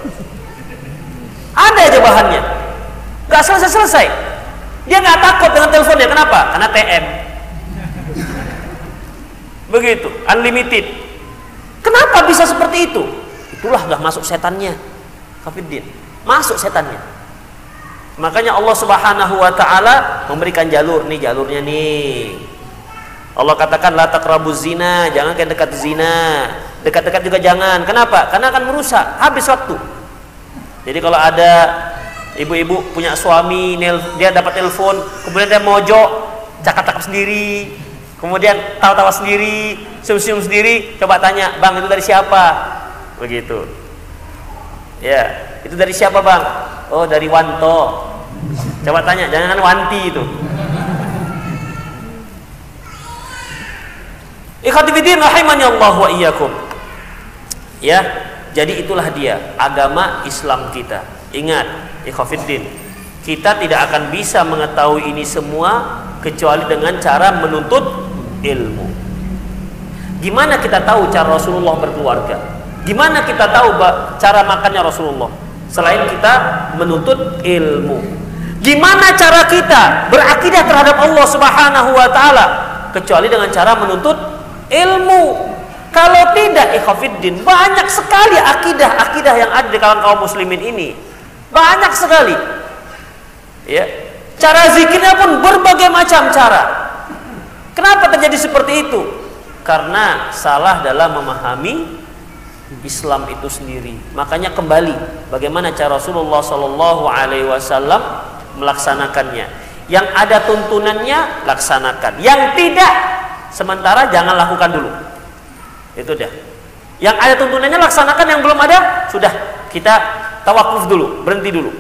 ada aja bahannya, gak selesai-selesai. Dia gak takut dengan teleponnya. Kenapa? Karena TM. Begitu, unlimited. Kenapa bisa seperti itu? Itulah udah masuk setannya, Kafiddin. Masuk setannya. Makanya Allah Subhanahu wa taala memberikan jalur nih, jalurnya nih. Allah katakan la taqrabuz zina, jangan kayak dekat zina. Dekat-dekat juga jangan. Kenapa? Karena akan merusak, habis waktu. Jadi kalau ada ibu-ibu punya suami, dia dapat telepon, kemudian dia mojok, cakap-cakap sendiri, kemudian tawa-tawa sendiri, senyum-senyum sendiri, coba tanya, "Bang, itu dari siapa?" Begitu. Ya, itu dari siapa, Bang? "Oh, dari Wanto." Coba tanya, jangan Wanti itu. Ikhwati fillah rahimani Allah wa iyyakum. Ya, jadi itulah dia agama Islam kita. Ingat, ikhwatiddin, kita tidak akan bisa mengetahui ini semua kecuali dengan cara menuntut ilmu. Gimana kita tahu cara Rasulullah berkeluarga? Gimana kita tahu cara makannya Rasulullah? Selain kita menuntut ilmu. Gimana cara kita berakidah terhadap Allah Subhanahu wa taala? Kecuali dengan cara menuntut ilmu. Kalau tidak, ikhwatiddin, banyak sekali akidah-akidah yang ada di kalangan kaum muslimin ini. Banyak sekali. Ya. Cara zikirnya pun berbagai macam cara. Kenapa terjadi seperti itu? Karena salah dalam memahami Islam itu sendiri. Makanya kembali bagaimana cara Rasulullah Shallallahu Alaihi Wasallam melaksanakannya. Yang ada tuntunannya laksanakan. Yang tidak, sementara jangan lakukan dulu. Itu dah. Yang ada tuntunannya laksanakan, yang belum ada sudah kita tawakuf dulu, berhenti dulu.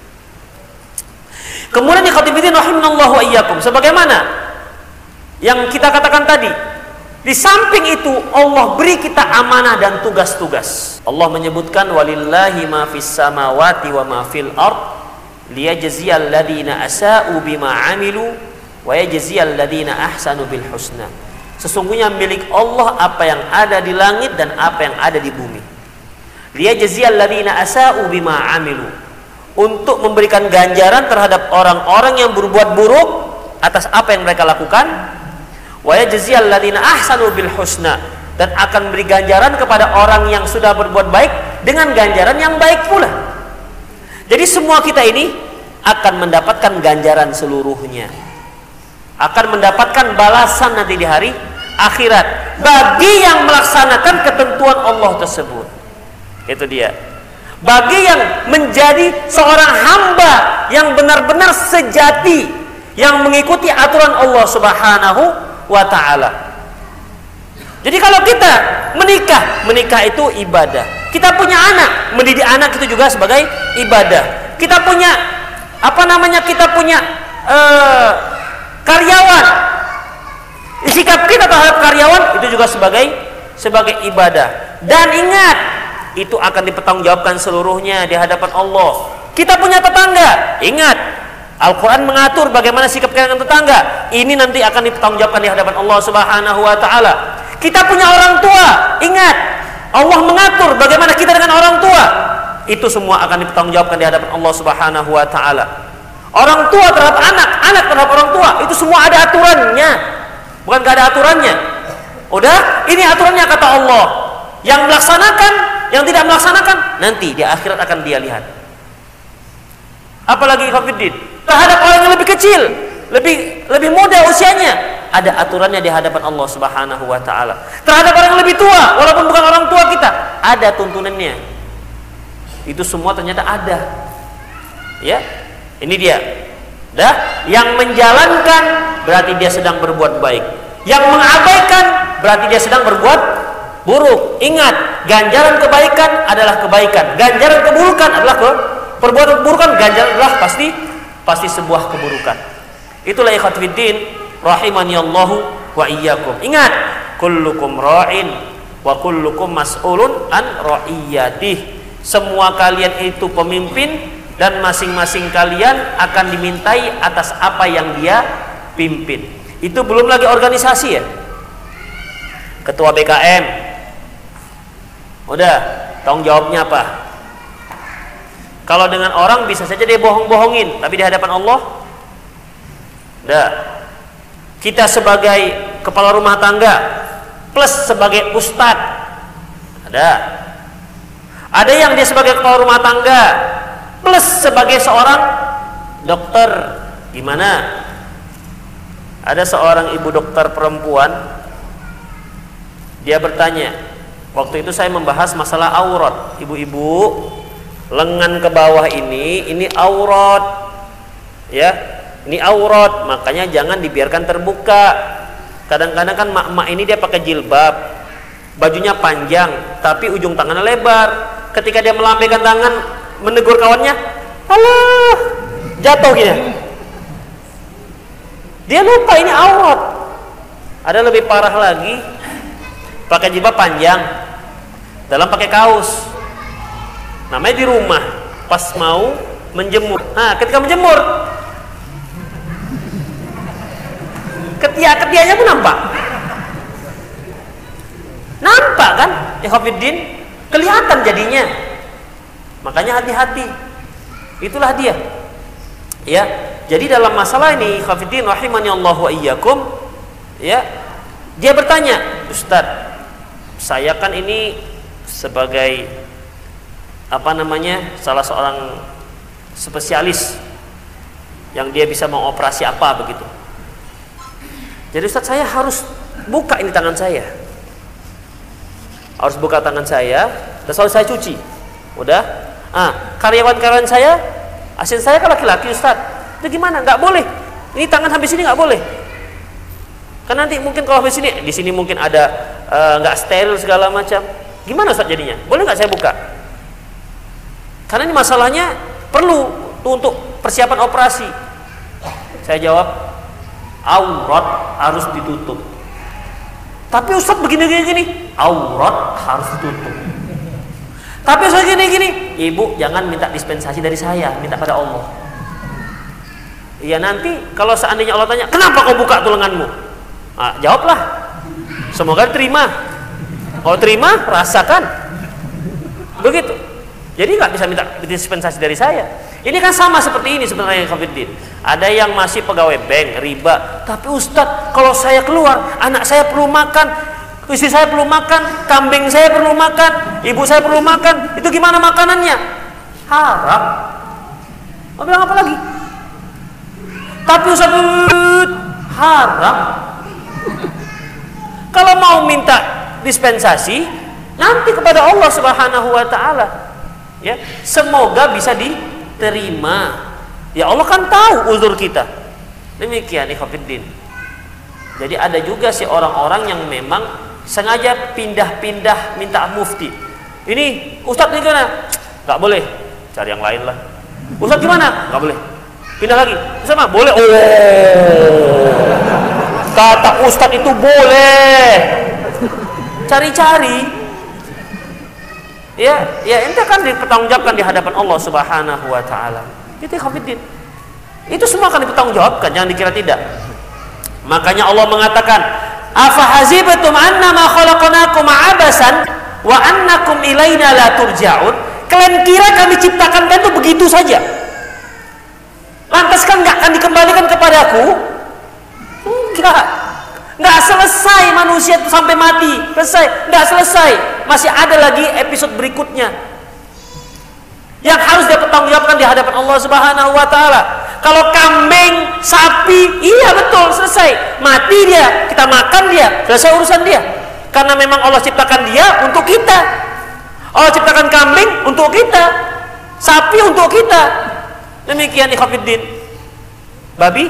Kemudian ikhwatiddin rahimanallahu wa iyyakum, sebagaimana yang kita katakan tadi, di samping itu Allah beri kita amanah dan tugas-tugas. Allah menyebutkan walillahi ma fis samawati wa ma fil ard liyajziyal ladzina asa'u bima 'amilu wa yajziyal ladzina ahsanu bil husna. Sesungguhnya milik Allah apa yang ada di langit dan apa yang ada di bumi. Liyajziyal ladzina asa'u bima 'amilu, untuk memberikan ganjaran terhadap orang-orang yang berbuat buruk atas apa yang mereka lakukan. Wa yajziyal ladzina ahsanu bil husna, dan akan beri ganjaran kepada orang yang sudah berbuat baik dengan ganjaran yang baik pula. Jadi semua kita ini akan mendapatkan ganjaran seluruhnya, akan mendapatkan balasan nanti di hari akhirat bagi yang melaksanakan ketentuan Allah tersebut. Itu dia. Bagi yang menjadi seorang hamba yang benar-benar sejati, yang mengikuti aturan Allah Subhanahu wa ta'ala. Jadi kalau kita menikah itu ibadah. Kita punya anak, mendidik anak itu juga sebagai ibadah. Kita punya kita punya karyawan, sikap kita terhadap karyawan itu juga sebagai ibadah. Dan ingat, itu akan dipertanggungjawabkan seluruhnya di hadapan Allah. Kita punya tetangga, ingat, Al-Quran mengatur bagaimana sikap kita dengan tetangga. Ini nanti akan dipertanggungjawabkan di hadapan Allah Subhanahu wa ta'ala. Kita punya orang tua, ingat, Allah mengatur bagaimana kita dengan orang tua. Itu semua akan dipertanggungjawabkan di hadapan Allah Subhanahu wa ta'ala. Orang tua terhadap anak, anak terhadap orang tua, itu semua ada aturannya. Bukan gak ada aturannya. Udah, ini aturannya kata Allah. Yang melaksanakan, yang tidak melaksanakan, nanti di akhirat akan dia lihat. Apalagi ikhwatiddin, terhadap orang yang lebih kecil, lebih muda usianya, ada aturannya di hadapan Allah Subhanahu wa ta'ala. Terhadap orang yang lebih tua, walaupun bukan orang tua kita, ada tuntunannya. Itu semua ternyata ada. Ya, ini dia. Dah, yang menjalankan berarti dia sedang berbuat baik. Yang mengabaikan berarti dia sedang berbuat buruk. Ingat, ganjaran kebaikan adalah kebaikan. Ganjaran keburukan adalah perbuatan keburukan. Ganjaran adalah pasti sebuah keburukan. Itulah ikhwati fiddin rahimani Allahu wa iyyakum. Ingat, kullukum ra'in wa kullukum mas'ulun an ra'iyatih. Semua kalian itu pemimpin dan masing-masing kalian akan dimintai atas apa yang dia pimpin. Itu belum lagi organisasi ya. Ketua BKM. Udah, tanggung jawabnya apa? Kalau dengan orang bisa saja dia bohong-bohongin, tapi di hadapan Allah udah. Kita sebagai kepala rumah tangga plus sebagai ustadz ada yang dia sebagai kepala rumah tangga plus sebagai seorang dokter. Gimana? Ada seorang ibu dokter perempuan, dia bertanya, waktu itu saya membahas masalah aurat. Ibu-ibu, lengan ke bawah ini aurat ya, ini aurat, makanya jangan dibiarkan terbuka. Kadang-kadang kan mak-mak ini dia pakai jilbab, bajunya panjang tapi ujung tangannya lebar. Ketika dia melambaikan tangan menegur kawannya, alah, jatuh gini. Dia lupa ini aurat. Ada lebih parah lagi, pakai jilbab panjang, dalam pakai kaos. Namanya di rumah, pas mau menjemur. Nah, ketika menjemur, ketiak-ketiaknya pun nampak. Nampak kan? Ikhwatiddin, kelihatan jadinya. Makanya hati-hati. Itulah dia. Ya, jadi dalam masalah ini ikhwatiddin rahimani Allah wa iyyakum, ya, dia bertanya, Ustadz, saya kan ini sebagai salah seorang spesialis yang dia bisa mengoperasi apa begitu. Jadi Ustadz, saya harus buka ini tangan saya, harus buka tangan saya dan selalu saya cuci. Udah, karyawan-karyawan saya, asisten saya kan laki-laki Ustadz, itu gimana? Nggak boleh, ini tangan habis ini nggak boleh, kan nanti mungkin kalau habis ini, di sini mungkin ada nggak steril segala macam. Gimana Ustadz jadinya? Boleh nggak saya buka? Karena ini masalahnya perlu untuk persiapan operasi. Saya jawab, aurat harus ditutup. Tapi Ustadz begini-gini, aurat harus ditutup. Tapi Ustadz gini-gini, ibu jangan minta dispensasi dari saya, minta pada Allah. Iya, nanti kalau seandainya Allah tanya, kenapa kau buka tulenganmu? Jawablah, semoga terima. Kalau terima, rasakan. Begitu. Jadi nggak bisa minta dispensasi dari saya. Ini kan sama seperti ini sebenarnya Khafiddin. Ada yang masih pegawai bank, riba. Tapi Ustadz, kalau saya keluar, anak saya perlu makan, istri saya perlu makan, kambing saya perlu makan, ibu saya perlu makan. Itu gimana makanannya? Haram. Mau bilang apa lagi? Tapi Ustadz, haram. Kalau mau minta dispensasi, nanti kepada Allah Subhanahu wa Ta'ala. Ya, semoga bisa diterima. Ya Allah kan tahu uzur kita. Demikian ikhwatiddin. Jadi ada juga sih orang-orang yang memang sengaja pindah-pindah minta mufti. Ini Ustadz ini gimana? Gak boleh, cari yang lain lah. Ustadz gimana? Gak boleh. Pindah lagi. Sama boleh. Oh, kata Ustadz itu boleh. Cari-cari. Ya ente kan dipertanggungjawabkan di hadapan Allah Subhanahu wa Ta'ala. Itu Khafiddin. Itu semua akan dipertanggungjawabkan, jangan dikira tidak. Makanya Allah mengatakan, afa hazibatum annama khalaqnakum abasan wa annakum ilaina la turja'un. Kalian kira kami ciptakan kalian itu begitu saja? Lantas kan nggak akan dikembalikan kepadaku? Nggak selesai manusia itu sampai mati, selesai, nggak selesai, masih ada lagi episode berikutnya yang harus dia pertanggungjawabkan di hadapan Allah Subhanahu wa Ta'ala. Kalau kambing, sapi, iya betul, selesai, mati dia, kita makan dia, selesai urusan dia. Karena memang Allah ciptakan dia untuk kita. Allah ciptakan kambing untuk kita, sapi untuk kita. Demikian ikhwatiddin. Babi?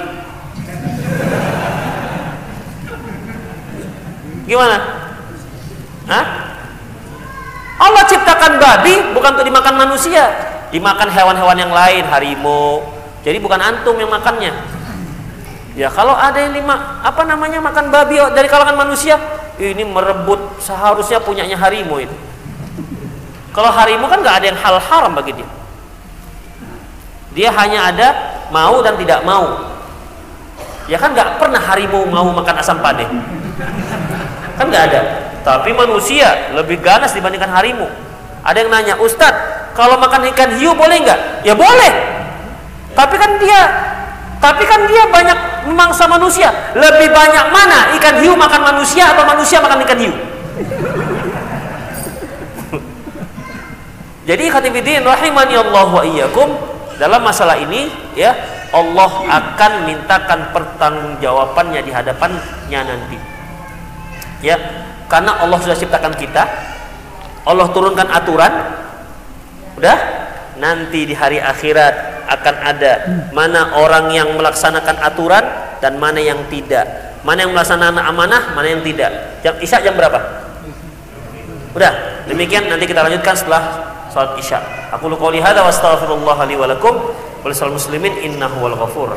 Gimana? Hah? Allah ciptakan babi bukan untuk dimakan manusia, dimakan hewan-hewan yang lain, harimau. Jadi bukan antum yang makannya. Ya kalau ada yang makan babi dari kalangan manusia, ini merebut seharusnya punyanya harimau itu. Kalau harimau kan nggak ada yang hal haram bagi dia. Dia hanya ada mau dan tidak mau. Ya kan nggak pernah harimau mau makan asam pade. Kan nggak ada. Tapi manusia lebih ganas dibandingkan harimau. Ada yang nanya, Ustadz, kalau makan ikan hiu boleh nggak? Ya boleh. Tapi kan dia banyak memangsa manusia. Lebih banyak mana ikan hiu makan manusia atau manusia makan ikan hiu? Jadi khatibidin rahimani Allah wa iyyakum, dalam masalah ini ya Allah akan mintakan pertanggungjawabannya di hadapannya nanti. Ya, karena Allah sudah ciptakan kita, Allah turunkan aturan, udah, nanti di hari akhirat akan ada mana orang yang melaksanakan aturan dan mana yang tidak, mana yang melaksanakan amanah, mana yang tidak. Jam Isya jam berapa? Udah, demikian nanti kita lanjutkan setelah salat Isya. Aku qouli hadza wa astaghfirullah li wa lakum wa lisal muslimin innahu wal ghafur.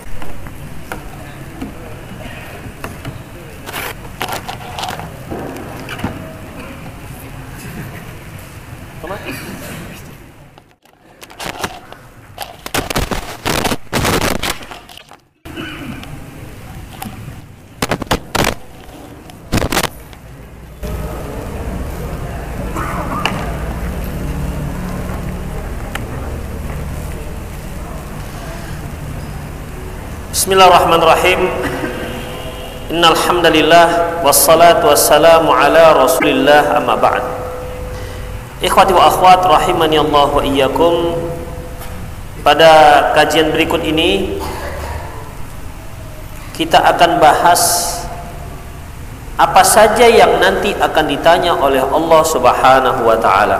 Bismillahirrahmanirrahim. Innal hamdalillah wassalatu wassalamu ala Rasulillah amma ba'd. Ikhwati wa akhwat rahimani Allah wa iyyakum. Pada kajian berikut ini kita akan bahas apa saja yang nanti akan ditanya oleh Allah Subhanahu wa taala.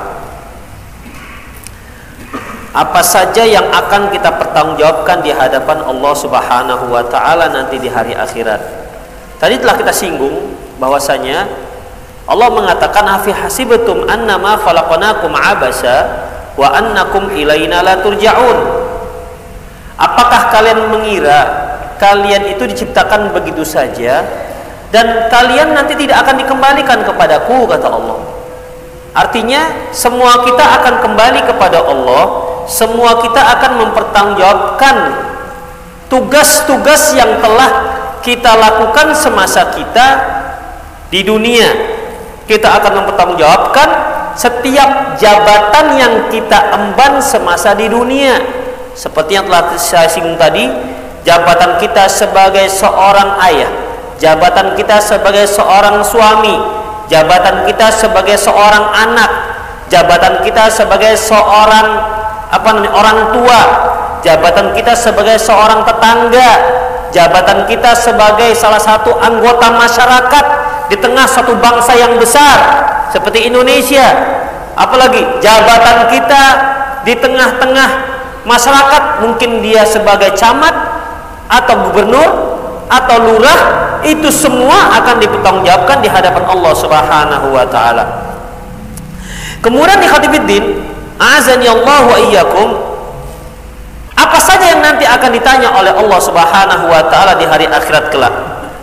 Apa saja yang akan kita pertanggungjawabkan di hadapan Allah Subhanahu wa taala nanti di hari akhirat. Tadi telah kita singgung bahwasanya Allah mengatakan afi hasibtum annama khalaqnakum abasa wa annakum ilaina la turja'un. Apakah kalian mengira kalian itu diciptakan begitu saja dan kalian nanti tidak akan dikembalikan kepadaku, kata Allah. Artinya semua kita akan kembali kepada Allah. Semua kita akan mempertanggungjawabkan tugas-tugas yang telah kita lakukan semasa kita di dunia. Kita akan mempertanggungjawabkan setiap jabatan yang kita emban semasa di dunia. Seperti yang telah saya singgung tadi, jabatan kita sebagai seorang ayah, jabatan kita sebagai seorang suami, jabatan kita sebagai seorang anak, jabatan kita sebagai seorang orang tua, jabatan kita sebagai seorang tetangga, jabatan kita sebagai salah satu anggota masyarakat di tengah satu bangsa yang besar seperti Indonesia, apalagi jabatan kita di tengah-tengah masyarakat, mungkin dia sebagai camat atau gubernur atau lurah, itu semua akan dipertanggungjawabkan di hadapan Allah Subhanahu wa taala. Kemudian di khatibiddin azani Allah wa iyyakum, apa saja yang nanti akan ditanya oleh Allah Subhanahu wa taala di hari akhirat kelak.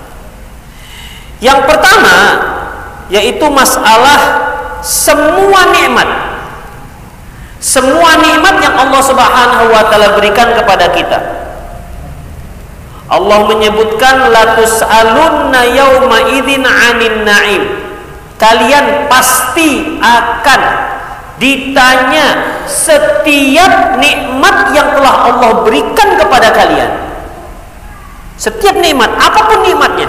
Yang pertama yaitu masalah semua nikmat. Semua nikmat yang Allah Subhanahu wa taala berikan kepada kita. Allah menyebutkan la tus'alunna yauma idzin 'anin na'im. Kalian pasti akan ditanya setiap nikmat yang telah Allah berikan kepada kalian. Setiap nikmat, apapun nikmatnya.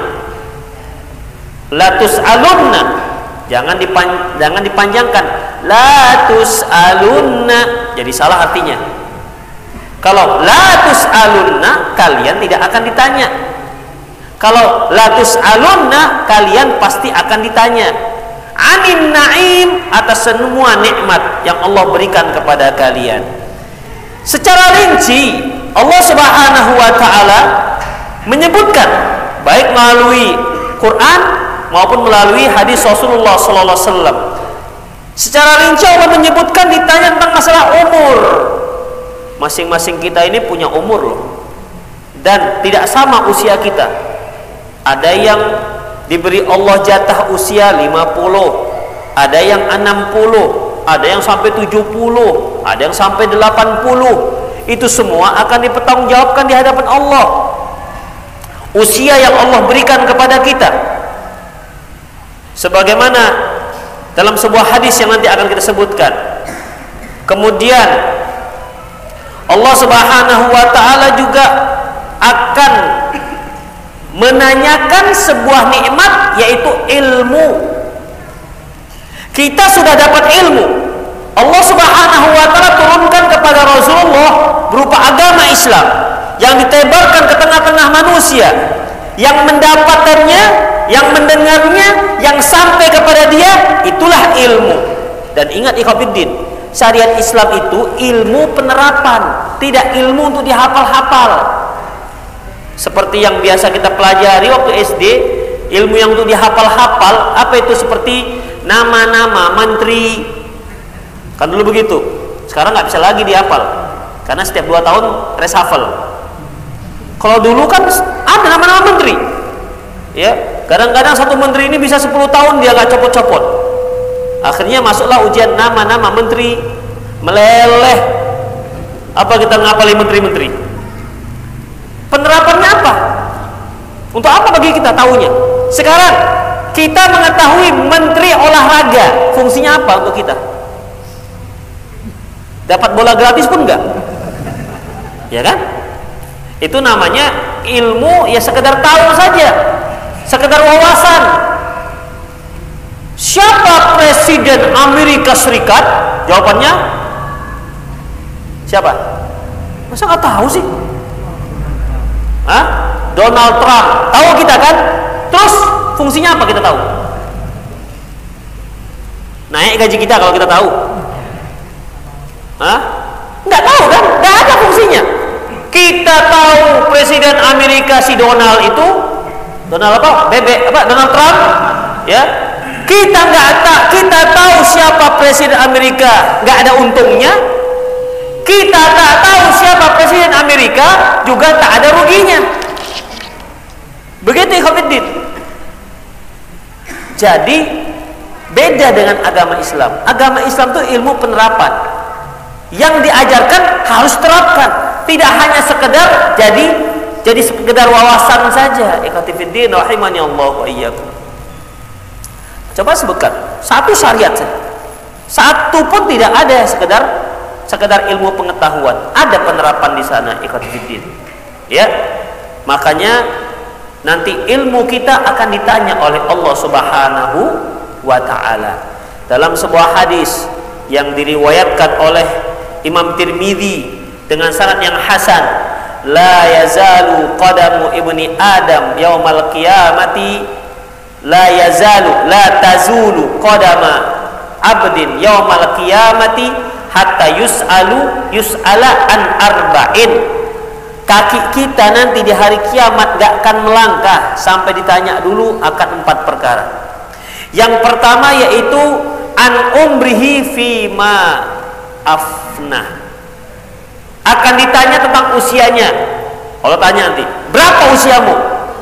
La tus'alunna, jangan dipanjangkan. La tus'alunna, jadi salah artinya. Kalau la tus'alunna, kalian tidak akan ditanya. Kalau la tus'alunna, kalian pasti akan ditanya. Anin na'im, atas semua nikmat yang Allah berikan kepada kalian. Secara rinci Allah Subhanahu wa taala menyebutkan baik melalui Quran maupun melalui hadis Rasulullah sallallahu alaihi wasallam. Secara rinci Allah menyebutkan, ditanya tentang masalah umur. Masing-masing kita ini punya umur loh. Dan tidak sama usia kita. Ada yang diberi Allah jatah usia 50, ada yang 60, ada yang sampai 70, ada yang sampai 80. Itu semua akan dipertanggungjawabkan di hadapan Allah. Usia yang Allah berikan kepada kita, sebagaimana dalam sebuah hadis yang nanti akan kita sebutkan. Kemudian Allah Subhanahu wa taala juga akan menanyakan sebuah nikmat, yaitu ilmu. Kita sudah dapat ilmu, Allah Subhanahu wa taala turunkan kepada Rasulullah berupa agama Islam yang ditebarkan ke tengah-tengah manusia. Yang mendapatkannya, yang mendengarnya, yang sampai kepada dia, itulah ilmu. Dan ingat ikhwatiddin, syariat Islam itu ilmu penerapan, tidak ilmu untuk dihafal-hafal. Seperti yang biasa kita pelajari waktu SD, ilmu yang untuk dihafal-hafal, apa itu? Seperti nama-nama menteri, kan dulu begitu. Sekarang nggak bisa lagi dihafal, karena setiap 2 tahun reshuffle. Kalau dulu kan ada nama-nama menteri, ya. Kadang-kadang satu menteri ini bisa 10 tahun dia nggak copot-copot. Akhirnya masuklah ujian nama-nama menteri, meleleh. Apa kita ngapalin menteri-menteri? Penerapannya apa? Untuk apa bagi kita tahunya? Sekarang kita mengetahui menteri olahraga, fungsinya apa untuk kita? Dapat bola gratis pun enggak? Ya kan? Itu namanya ilmu, ya sekedar tahu saja, sekedar wawasan. Siapa Presiden Amerika Serikat? Jawabannya siapa? Masa nggak tahu sih? Hah? Donald Trump. Tahu kita kan? Terus fungsinya apa kita tahu? Naik gaji kita kalau kita tahu. Hah? Nggak tahu kan? Nggak ada fungsinya. Kita tahu Presiden Amerika si Donald itu, Donald apa? Donald Trump, ya. Kita tahu siapa Presiden Amerika, nggak ada untungnya. Kita tak tahu siapa Presiden Amerika, juga tak ada ruginya. Begitu ikhwatiddin. Jadi beda dengan agama Islam. Agama Islam itu ilmu penerapan. Yang diajarkan harus terapkan. Tidak hanya sekedar jadi sekedar wawasan saja. Ikhwatiddin rahimani Allah wa iyyakum. Coba sebutkan satu syariat saja. Satu pun tidak ada, sekedar ilmu pengetahuan. Ada penerapan di sana, ikhwatiddin. Ya. Makanya nanti ilmu kita akan ditanya oleh Allah Subhanahu wa taala. Dalam sebuah hadis yang diriwayatkan oleh Imam Tirmidzi dengan sanad yang hasan, la yazalu qadamu ibni Adam yaumal qiyamati la tazulu qadama abdin yaumal qiyamati hatta yus'ala an arba'in. Kaki kita nanti di hari kiamat gak akan melangkah sampai ditanya dulu akan 4 perkara. Yang pertama yaitu an umrihi fima afnah. Akan ditanya tentang usianya. Allah tanya nanti, berapa usiamu?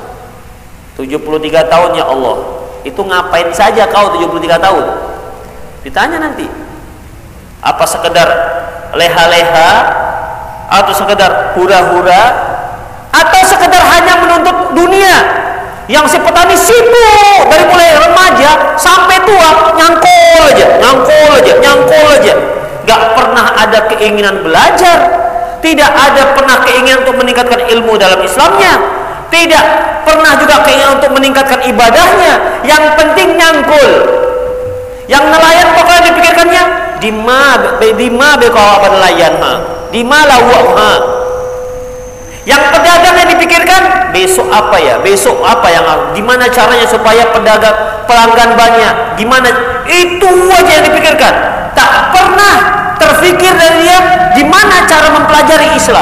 73 tahun ya Allah. Itu ngapain saja kau 73 tahun? Ditanya nanti. Apa sekedar leha-leha, atau sekedar hura-hura, atau sekedar hanya menuntut dunia? Yang si petani sibuk dari mulai remaja sampai tua, nyangkul aja. Gak pernah ada keinginan belajar. Tidak ada pernah keinginan untuk meningkatkan ilmu dalam Islamnya. Tidak pernah juga keinginan untuk meningkatkan ibadahnya. Yang penting nyangkul. Yang nelayan pokoknya dipikirkannya di ma kalau apa nelayan ha, di ma lawak ha. Yang pedagang yang dipikirkan besok apa yang gimana caranya supaya pedagang pelanggan banyak, gimana, itu aja yang dipikirkan. Tak pernah terfikir dari dia gimana cara mempelajari Islam.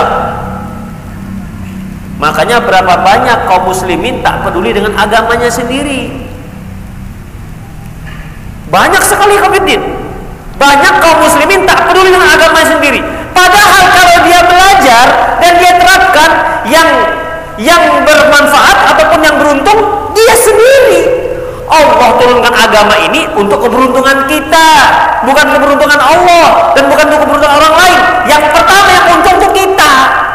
Makanya berapa banyak kaum muslimin tak peduli dengan agamanya sendiri. Banyak sekali kafirin. Banyak kaum muslimin tak peduli dengan agamanya sendiri. Padahal kalau dia belajar dan dia terapkan yang bermanfaat ataupun yang beruntung, dia sendiri. Allah turunkan agama ini untuk keberuntungan kita, bukan keberuntungan Allah dan bukan untuk keberuntungan orang lain. Yang pertama yang untung untuk kita.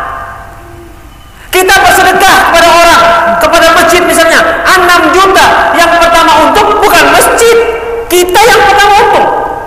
Kita bersedekah kepada orang, kepada masjid misalnya 6 juta, yang pertama untung bukan masjid, kita yang pertama untung.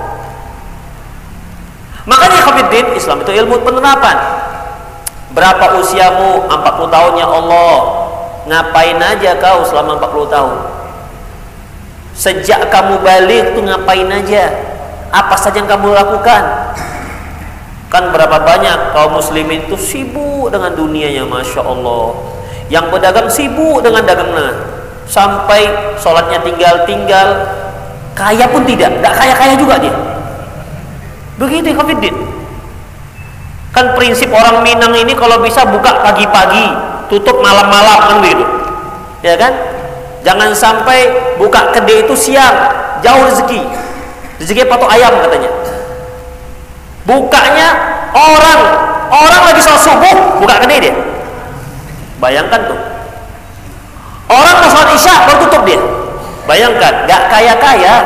Makanya ikhwatiddin, Islam itu ilmu penerapan. Berapa usiamu? 40 tahun ya Allah. Ngapain aja kau selama 40 tahun? Sejak kamu balik tuh ngapain aja? Apa saja yang kamu lakukan? Kan berapa banyak kaum muslimin itu sibuk dengan dunianya, Masya Allah. Yang pedagang sibuk dengan dagangnya, sampai sholatnya tinggal, kaya pun tidak kaya-kaya juga dia. Begitu ya kafirin. Kan prinsip orang Minang ini kalau bisa buka pagi-pagi, tutup malam-malam, kan begitu, ya kan? Jangan sampai buka kedai itu siang, jauh rezeki patok ayam katanya. Bukanya orang lagi sholat subuh buka kedai dia. Bayangkan tuh. Orang mau sholat isya baru tutup dia. Bayangkan, gak kaya-kaya.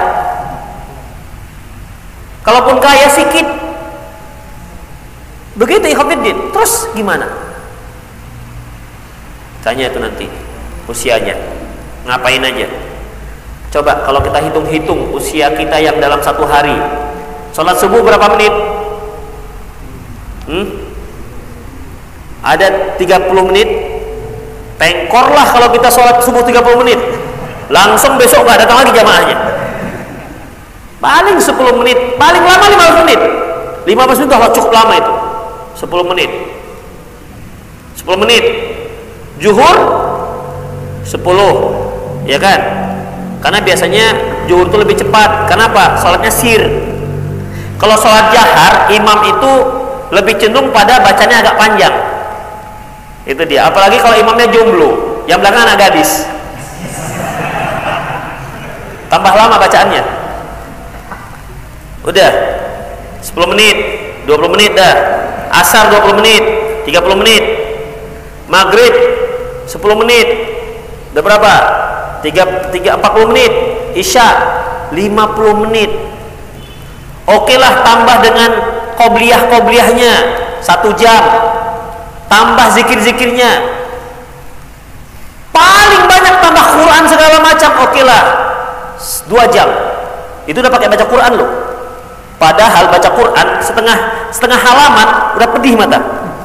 Kalaupun kaya sikit. Begitu ikhwatiddin. Terus gimana? Tanya itu nanti usianya. Ngapain aja? Coba kalau kita hitung-hitung usia kita yang dalam satu hari. Sholat subuh berapa menit? Ada 30 menit. Pengkorlah kalau kita sholat subuh 30 menit. Langsung besok gak datang lagi jamaahnya. Paling 10 menit, paling lama 15 menit. 15 menit udah cukup lama itu. 10 menit. 10 menit. Zuhur 10, ya kan? Karena biasanya zuhur itu lebih cepat. Kenapa? Sholatnya sir. Kalau sholat jahar, imam itu lebih cenderung pada bacanya agak panjang. Itu dia. Apalagi kalau imamnya jomblo, yang belakang anak gadis, tambah lama bacaannya. Udah 10 menit, 20 menit dah. Asar 20 menit, 30 menit. Maghrib 10 menit. Udah berapa? 40 menit. Isya 50 menit. Oke lah, tambah dengan qobliyah-qobliyahnya 1 jam. Tambah zikir-zikirnya. Paling banyak tambah Quran segala macam, oke lah 2 jam. Itu udah pakai baca Quran loh. Padahal baca Quran setengah halaman udah pedih mata.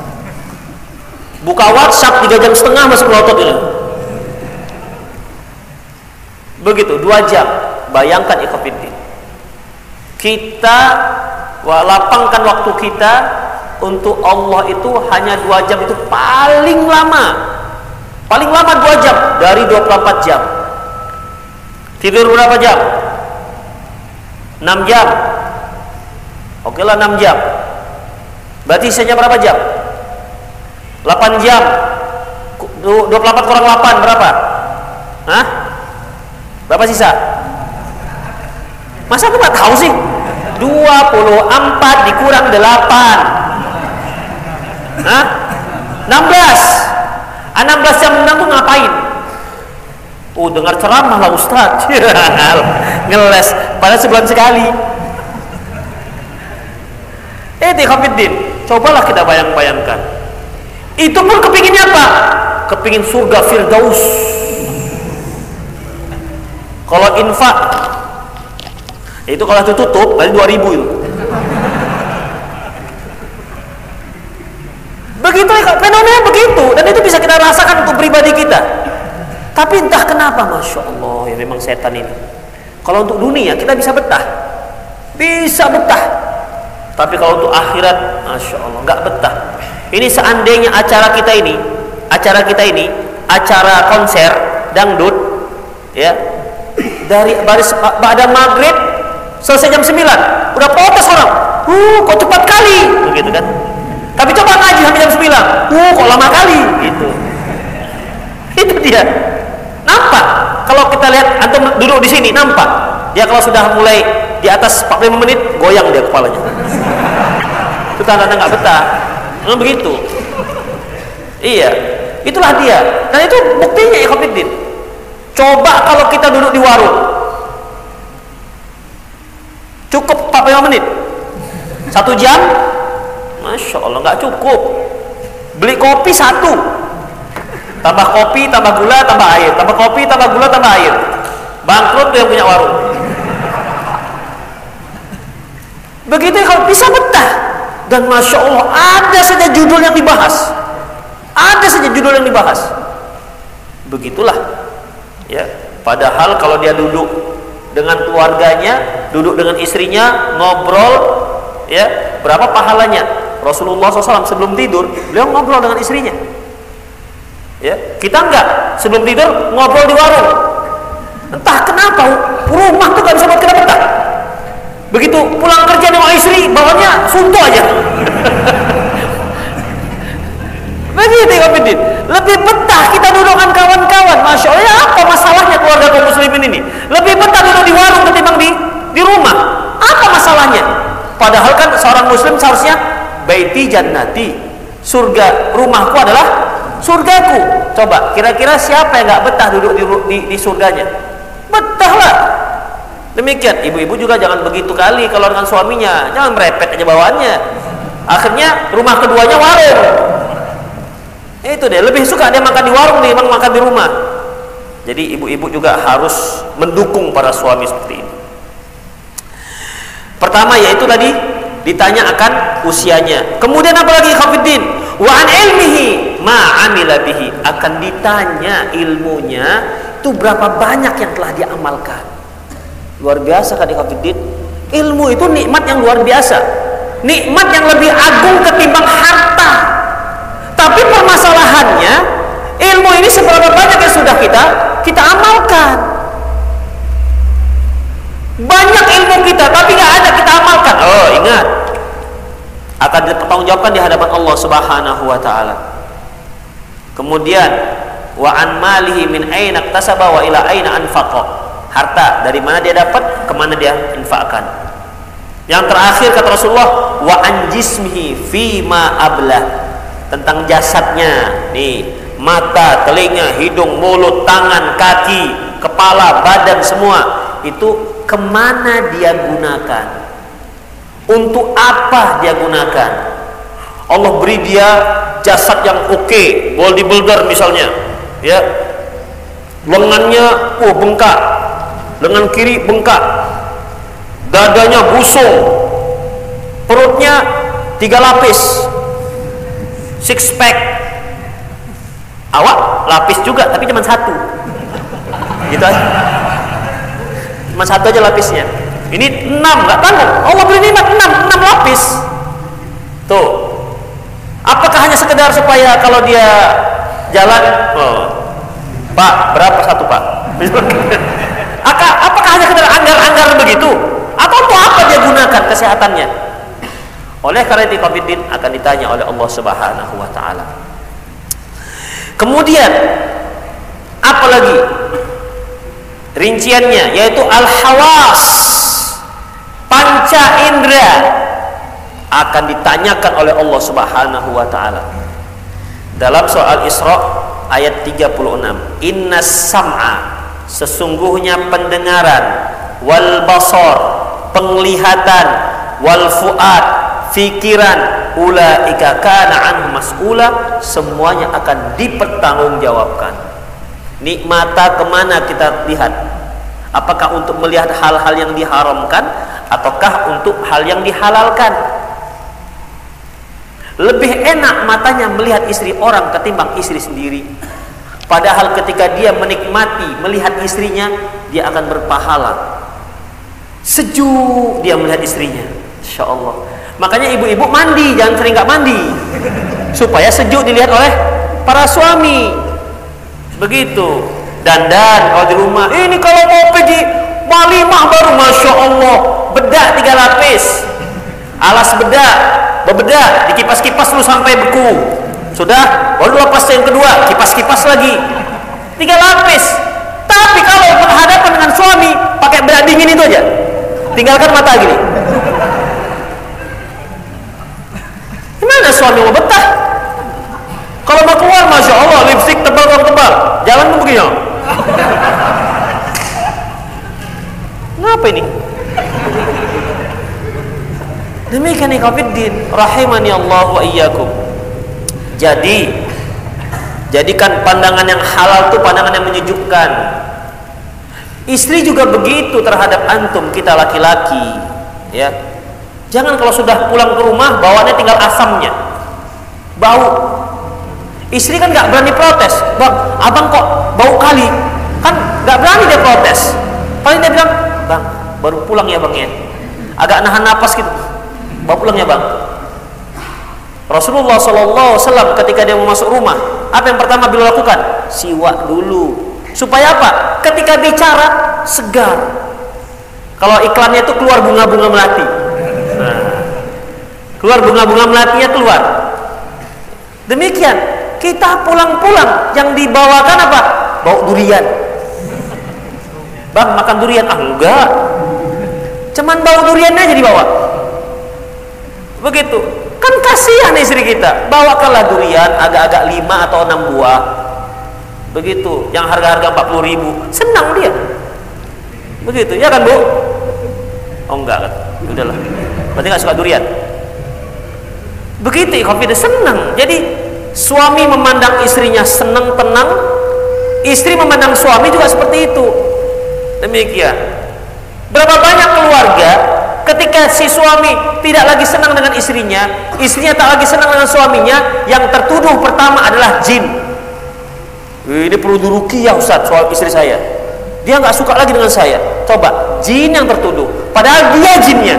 Buka WhatsApp 3 jam setengah masuk melotot ini. Begitu 2 jam. Bayangkan ikhwatiddin. Kita lapangkan waktu kita untuk Allah itu hanya 2 jam, itu paling lama. Paling lama 2 jam dari 24 jam. Tidur berapa jam? 6 jam. Oke lah 6 jam. Berarti sisanya berapa jam? 8 jam. 24 kurang 8 berapa? Hah? Berapa sisa? Masa aku gak tahu sih? 24 dikurang 8. Hah? 16. 16 jam menang tuh ngapain? Oh, dengar ceramah lah Ustaz. Ngeles. Padahal sebulan sekali. Ikhwatiddin, cobalah kita bayangkan. Itu pun kepinginnya apa? Kepingin surga Firdaus. Kalau infak itu kalau itu tutup kali 2000 itu. Begitu fenomena begitu, dan itu bisa kita rasakan untuk pribadi kita. Tapi entah kenapa, Masya Allah, ya memang setan ini. Kalau untuk dunia kita bisa betah. Tapi kalau untuk akhirat, Masya Allah, nggak betah. Ini seandainya acara kita ini acara konser dangdut, ya, dari baris pada maghrib selesai jam 9, udah protes orang, kok cepat kali, begitu kan. Tapi coba ngaji sampai jam 9, kok lama kali, gitu. Itu dia. Nampak kalau kita lihat antum duduk di sini, nampak dia kalau sudah mulai di atas 45 menit goyang dia kepalanya. Itu tanda-tanda nggak betah. Memang begitu. Iya, itulah dia. Dan itu buktinya ikhwatiddin. Coba kalau kita duduk di warung, cukup 45 menit, 1 jam, masya Allah nggak cukup. Beli kopi 1, tambah kopi, tambah gula, tambah air, tambah kopi, tambah gula, tambah air. Bangkrut tuh yang punya warung. Begitu kalau bisa betah. Dan masya Allah ada saja judul yang dibahas, ada saja judul yang dibahas. Begitulah, ya. Padahal kalau dia duduk dengan keluarganya, duduk dengan istrinya, ngobrol, ya, berapa pahalanya? Rasulullah SAW sebelum tidur, beliau ngobrol dengan istrinya. Ya, kita enggak, sebelum tidur ngobrol di warung. Entah kenapa rumah tuh gak bisa buat kita betah. Begitu pulang kerja dengan istri, bawanya suntuk aja. Begitu ya, lebih betah kita duduk dengan kawan-kawan. Masya Allah, ya apa masalahnya keluarga kaum muslimin ini? Lebih betah duduk di warung ketimbang di rumah. Apa masalahnya? Padahal kan seorang muslim seharusnya baiti jannati, surga rumahku adalah surgaku. Coba kira-kira siapa yang gak betah duduk di surganya? Betahlah. Demikian, ibu-ibu juga jangan begitu kali kalau dengan suaminya, jangan merepet aja bawaannya. Akhirnya rumah keduanya warung. Itu deh, lebih suka dia makan di warung dibanding makan di rumah. Jadi ibu-ibu juga harus mendukung para suami seperti ini. Pertama yaitu tadi ditanya akan usianya. Kemudian apa lagi Khafiddin? Wa an ilmihi ma amila bihi, akan ditanya ilmunya itu berapa banyak yang telah dia amalkan. Luar biasa kan Khafiddin. Ilmu itu nikmat yang luar biasa, nikmat yang lebih agung ketimbang harta. Tapi permasalahannya, ilmu ini seberapa banyak yang sudah kita amalkan. Banyak ilmu kita tapi nggak ada kita amalkan. Oh, ingat, akan dipertanggungjawabkan di hadapan Allah Subhanahu wa taala. Kemudian wa an malihi min aina iktasaba wa ila aina anfaqa. Harta dari mana dia dapat, kemana dia infakkan. Yang terakhir kata Rasulullah, wa an jismihi fima ablah, tentang jasadnya nih, mata, telinga, hidung, mulut, tangan, kaki, kepala, badan, semua itu kemana dia gunakan, untuk apa dia gunakan. Allah beri dia jasad yang oke, bodybuilder misalnya, ya, lengannya bengkak, lengan kiri bengkak, dadanya busung, perutnya 3 lapis, 6 pack. Awak lapis juga tapi cuma 1, gitu aja, cuma 1 aja lapisnya. Ini 6, nggak tanggung. Allah beri nikmat 6 lapis. Tuh, apakah hanya sekedar supaya kalau dia jalan, Pak, berapa 1 Pak? Apakah hanya sekedar anggar-anggar begitu? Atau untuk apa dia gunakan kesehatannya? Oleh karena itu Khafiddin akan ditanya oleh Allah Subhanahu wa taala. Kemudian apa lagi? Rinciannya yaitu al-hawas, panca indera, akan ditanyakan oleh Allah Subhanahu wa taala. Dalam surah Al-Isra ayat 36, innas sam'a, sesungguhnya pendengaran, wal basar, penglihatan, wal fuad, fikiran, ulaika kana anhu mas'ula, semuanya akan dipertanggungjawabkan. Nikmata kemana kita lihat? Apakah untuk melihat hal-hal yang diharamkan ataukah untuk hal yang dihalalkan? Lebih enak matanya melihat istri orang ketimbang istri sendiri. Padahal ketika dia menikmati melihat istrinya, dia akan berpahala. Sejuk dia melihat istrinya, Insya Allah. Makanya ibu-ibu mandi, jangan sering nggak mandi, supaya sejuk dilihat oleh para suami. Begitu. Dandan kalau di rumah, ini kalau mau pergi walimah baru, Masya Allah, bedak 3 lapis, alas bedak, bebedak, dikipas-kipas dulu sampai beku, sudah, baru lepas yang kedua, kipas-kipas lagi, 3 lapis. Tapi kalau berhadapan dengan suami pakai bedak dingin itu aja, tinggalkan mata gini, gimana suami mau betah? Kalau mau keluar, Masya Allah, lipstick tebal-tebal, jalan tuh begini. Ngapa ini? Demikian ikhwatiddin rahimani Allah wa iyyakum. Jadikan pandangan yang halal itu pandangan yang menyejukkan. Istri juga begitu terhadap antum, kita laki-laki, ya. Jangan kalau sudah pulang ke rumah bawaannya tinggal asamnya, bau. Istri kan nggak berani protes, bang, abang kok bau kali, kan nggak berani dia protes. Paling dia bilang, bang, baru pulang ya bang ya, agak nahan napas gitu, baru pulang ya bang. Rasulullah SAW ketika dia mau masuk rumah, apa yang pertama beliau lakukan? Siwak dulu, supaya apa? Ketika bicara segar. Kalau iklannya itu keluar bunga-bunga melati, nah, keluar bunga-bunga melatinya keluar. Demikian kita pulang-pulang yang dibawakan apa? Bau durian. Bang, makan durian? Ah, enggak, cuman bau duriannya aja dibawa. Begitu kan, kasihan istri kita, bawakanlah durian agak-agak 5 atau 6 buah begitu, yang harga-harga 40.000, senang dia begitu, ya kan Bu? Oh enggak kan, udahlah, berarti nggak suka durian. Begitu ikhwatiddin, senang. Jadi suami memandang istrinya senang, tenang, istri memandang suami juga seperti itu. Demikian. Berapa banyak keluarga ketika si suami tidak lagi senang dengan istrinya, istrinya tak lagi senang dengan suaminya, yang tertuduh pertama adalah jin. Ini perlu diruqyah Ustaz soal istri saya, dia nggak suka lagi dengan saya. Coba, jin yang tertuduh, padahal dia jinnya.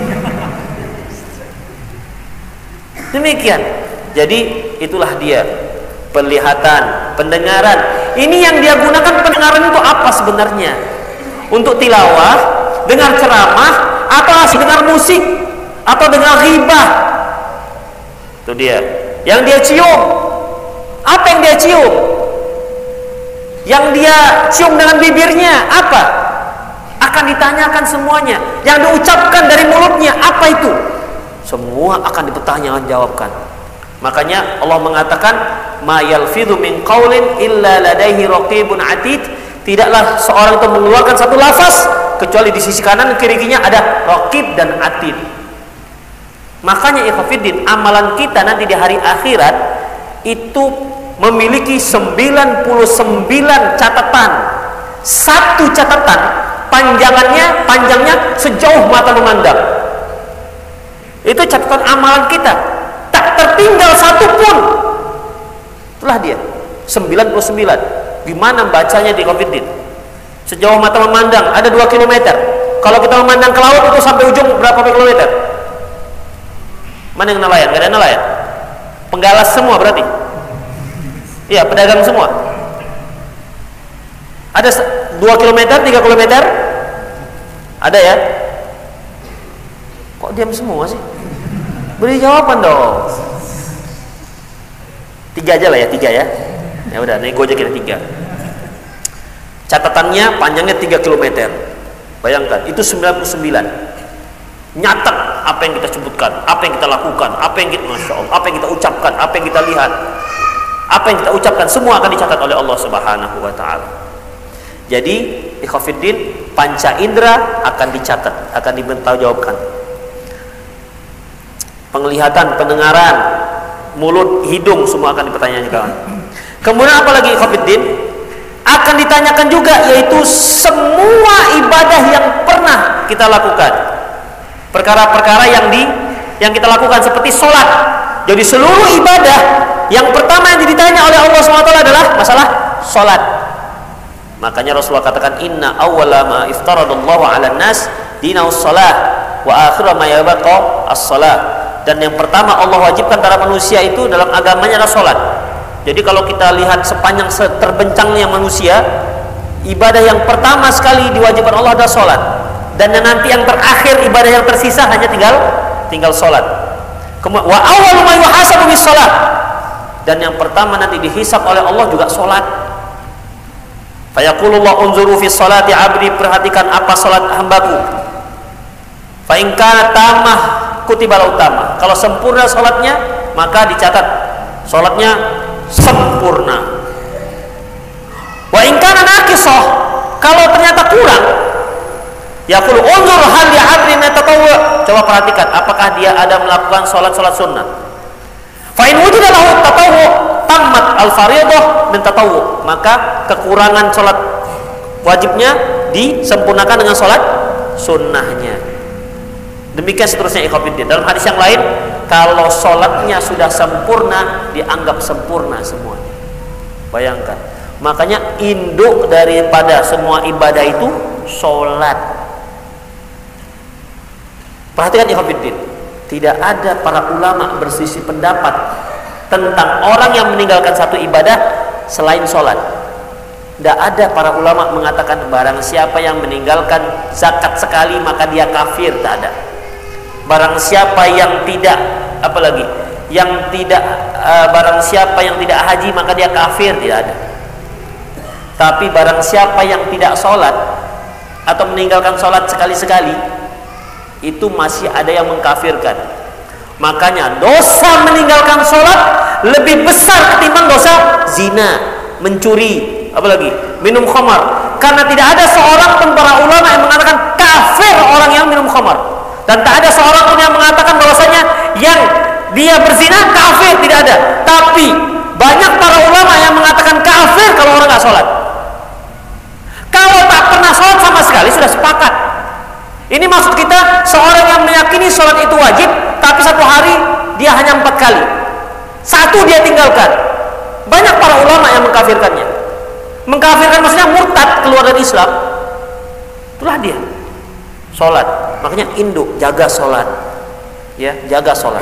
Demikian. Jadi itulah dia, penglihatan, pendengaran. Ini yang dia gunakan, pendengaran itu apa sebenarnya? Untuk tilawah, dengar ceramah, atau dengar musik, atau dengar ghibah. Itu dia. Yang dia cium, apa yang dia cium? Yang dia cium dengan bibirnya apa? Akan ditanyakan semuanya. Yang diucapkan dari mulutnya apa itu? Semua akan dipertanyakan, jawabkan. Makanya Allah mengatakan, ma yalfidhu min qaulin illa ladaihi raqibun atid. Tidaklah seorang itu mengeluarkan satu lafaz kecuali di sisi kanan dan kiri-kirinya ada raqib dan atid. Makanya ikhwatiddin, amalan kita nanti di hari akhirat itu memiliki 99 catatan. Satu catatan panjangnya sejauh mata memandang. Itu catatan amalan kita, tak tertinggal satu pun. Itulah dia 99. Gimana bacanya di ikhwatiddin? Sejauh mata memandang ada 2 km. Kalau kita memandang ke laut itu sampai ujung berapa kilometer? Mana yang nelayan? Gak ada nelayan. Penggalas semua berarti. Iya, pedagang semua. Ada 2 km, 3 km? Ada ya? Kok diam semua sih? Beri jawaban dong. 3 aja lah ya, 3 ya. Ya udah, nego aja kita 3. Catatannya panjangnya 3 km. Bayangkan, itu 99. Nyatet apa yang kita sebutkan, apa yang kita lakukan, apa yang kita, Masya Allah, apa yang kita ucapkan, apa yang kita lihat, apa yang kita ucapkan, semua akan dicatat oleh Allah Subhanahu wa Ta'ala. Jadi ikhwatiddin, panca indera akan dicatat, akan dibertanggungjawabkan. Penglihatan, pendengaran, mulut, hidung, semua akan dipertanyakan. Kemudian apalagi ikhwatiddin, akan ditanyakan juga, yaitu semua ibadah yang pernah kita lakukan, perkara-perkara yang kita lakukan seperti sholat. Jadi seluruh ibadah yang pertama yang ditanya oleh Allah SWT adalah masalah sholat. Makanya Rasulullah katakan, inna awwala ma iftaradallahu ala nas dinaus sholat wa akhiru ma yabqa as-sholat. Dan yang pertama Allah wajibkan terhadap manusia itu dalam agamanya adalah sholat. Jadi kalau kita lihat sepanjang terbentangnya manusia, ibadah yang pertama sekali diwajibkan Allah adalah sholat, dan nanti yang terakhir ibadah yang tersisa hanya tinggal sholat. Wa awwalu ma yuhasabu bis sholat, dan yang pertama nanti dihisab oleh Allah juga sholat. Fayaqulullah unzuru fi sholati abdi, perhatikan apa sholat hambaku. Fa in kana tamah kutiba lahu tamah, kalau sempurna sholatnya maka dicatat sholatnya sempurna. Wa in kana naqisah, kalau ternyata kurang, yaqulu unzur hal li abdi natatawwa, coba perhatikan apakah dia ada melakukan sholat sunnah. Fa in wujida lahu tatawwu tammat al fardhah min tatawwu, maka kekurangan sholat wajibnya disempurnakan dengan sholat sunnahnya. Demikian seterusnya ikhwatiddin. Dalam hadis yang lain, kalau sholatnya sudah sempurna dianggap sempurna semuanya. Bayangkan, makanya induk daripada semua ibadah itu sholat. Perhatikan ikhwatiddin, tidak ada para ulama berselisih pendapat tentang orang yang meninggalkan satu ibadah selain sholat. Tidak ada para ulama mengatakan barang siapa yang meninggalkan zakat sekali maka dia kafir, tak ada. Barang siapa yang tidak, apalagi yang tidak barang siapa yang tidak haji maka dia kafir, tidak ada. Tapi barang siapa yang tidak sholat atau meninggalkan sholat sekali-sekali, itu masih ada yang mengkafirkan. Makanya dosa meninggalkan sholat lebih besar ketimbang dosa zina, mencuri, apalagi minum khamar. Karena tidak ada seorang pun para ulama yang mengatakan kafir orang yang minum khamar, dan tak ada seorang pun yang mengatakan bahwasanya yang dia berzina kafir, tidak ada. Tapi banyak para ulama yang mengatakan kafir kalau orang nggak sholat. Kalau tak pernah sholat sama sekali sudah sepakat. Ini maksud kita seorang yang meyakini sholat itu wajib, tapi satu hari dia hanya 4 kali, satu dia tinggalkan. Banyak para ulama yang mengkafirkannya. Mengkafirkan maksudnya murtad, keluar dari Islam. Itulah dia sholat. Makanya induk, jaga sholat, ya, jaga sholat.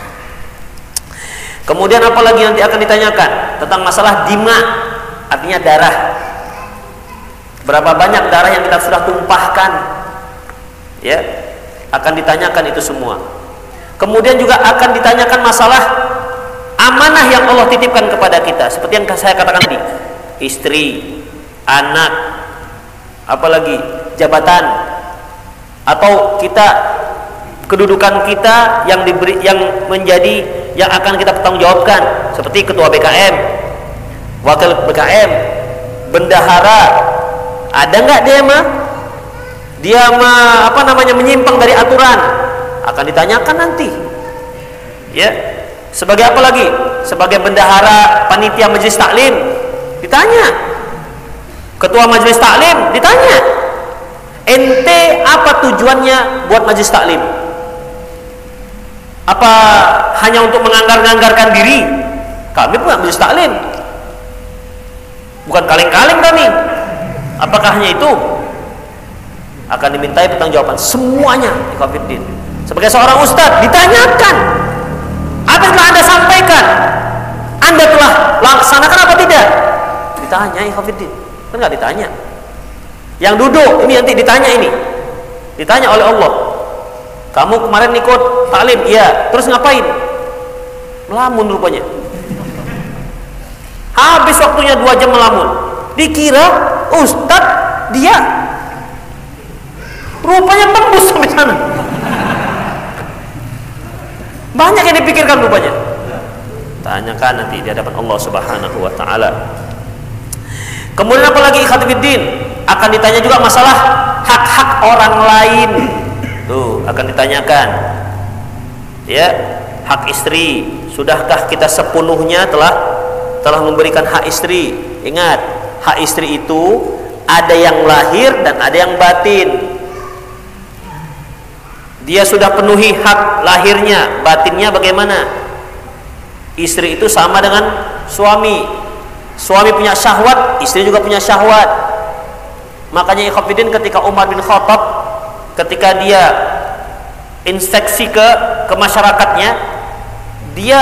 Kemudian apalagi nanti akan ditanyakan tentang masalah dima, artinya darah. Berapa banyak darah yang kita sudah tumpahkan, ya, akan ditanyakan itu semua. Kemudian juga akan ditanyakan masalah amanah yang Allah titipkan kepada kita, seperti yang saya katakan tadi, istri, anak, apalagi jabatan, atau kita kedudukan kita yang diberi, yang menjadi, yang akan kita pertanggungjawabkan, seperti ketua BKM, wakil BKM, bendahara. Ada nggak dia mah menyimpang dari aturan, akan ditanyakan nanti, ya. Sebagai apa lagi? Sebagai bendahara panitia majelis taklim ditanya, ketua majelis taklim ditanya, ente apa tujuannya buat majelis taklim? Apa hanya untuk menganggar-anggarkan diri? Kami punya majelis taklim, bukan kaleng-kaleng kami. Apakah hanya itu? Akan dimintai pertanggungjawaban semuanya. Sebagai seorang ustadz ditanyakan, apa yang telah anda sampaikan, anda telah laksanakan apa tidak? Ditanya, kan nggak ditanya. Yang duduk ini nanti ditanya, ini ditanya oleh Allah. Kamu kemarin ikut taklim, iya, terus ngapain? Melamun rupanya. Habis waktunya 2 jam melamun. Dikira ustadz dia, rupanya tembus sampai sana. Banyak yang dipikirkan rupanya. Tanyakan nanti di hadapan Allah Subhanahu wa taala. Kemudian apalagi ikhwatiddin, akan ditanya juga masalah hak-hak orang lain. Tuh, akan ditanyakan. Ya, hak istri, sudahkah kita sepenuhnya telah memberikan hak istri? Ingat, hak istri itu ada yang lahir dan ada yang batin. Dia sudah penuhi hak lahirnya, batinnya bagaimana? Istri itu sama dengan suami. Suami punya syahwat, istri juga punya syahwat. Makanya ikhwatiddin, ketika Umar bin Khattab, ketika dia inspeksi ke masyarakatnya, dia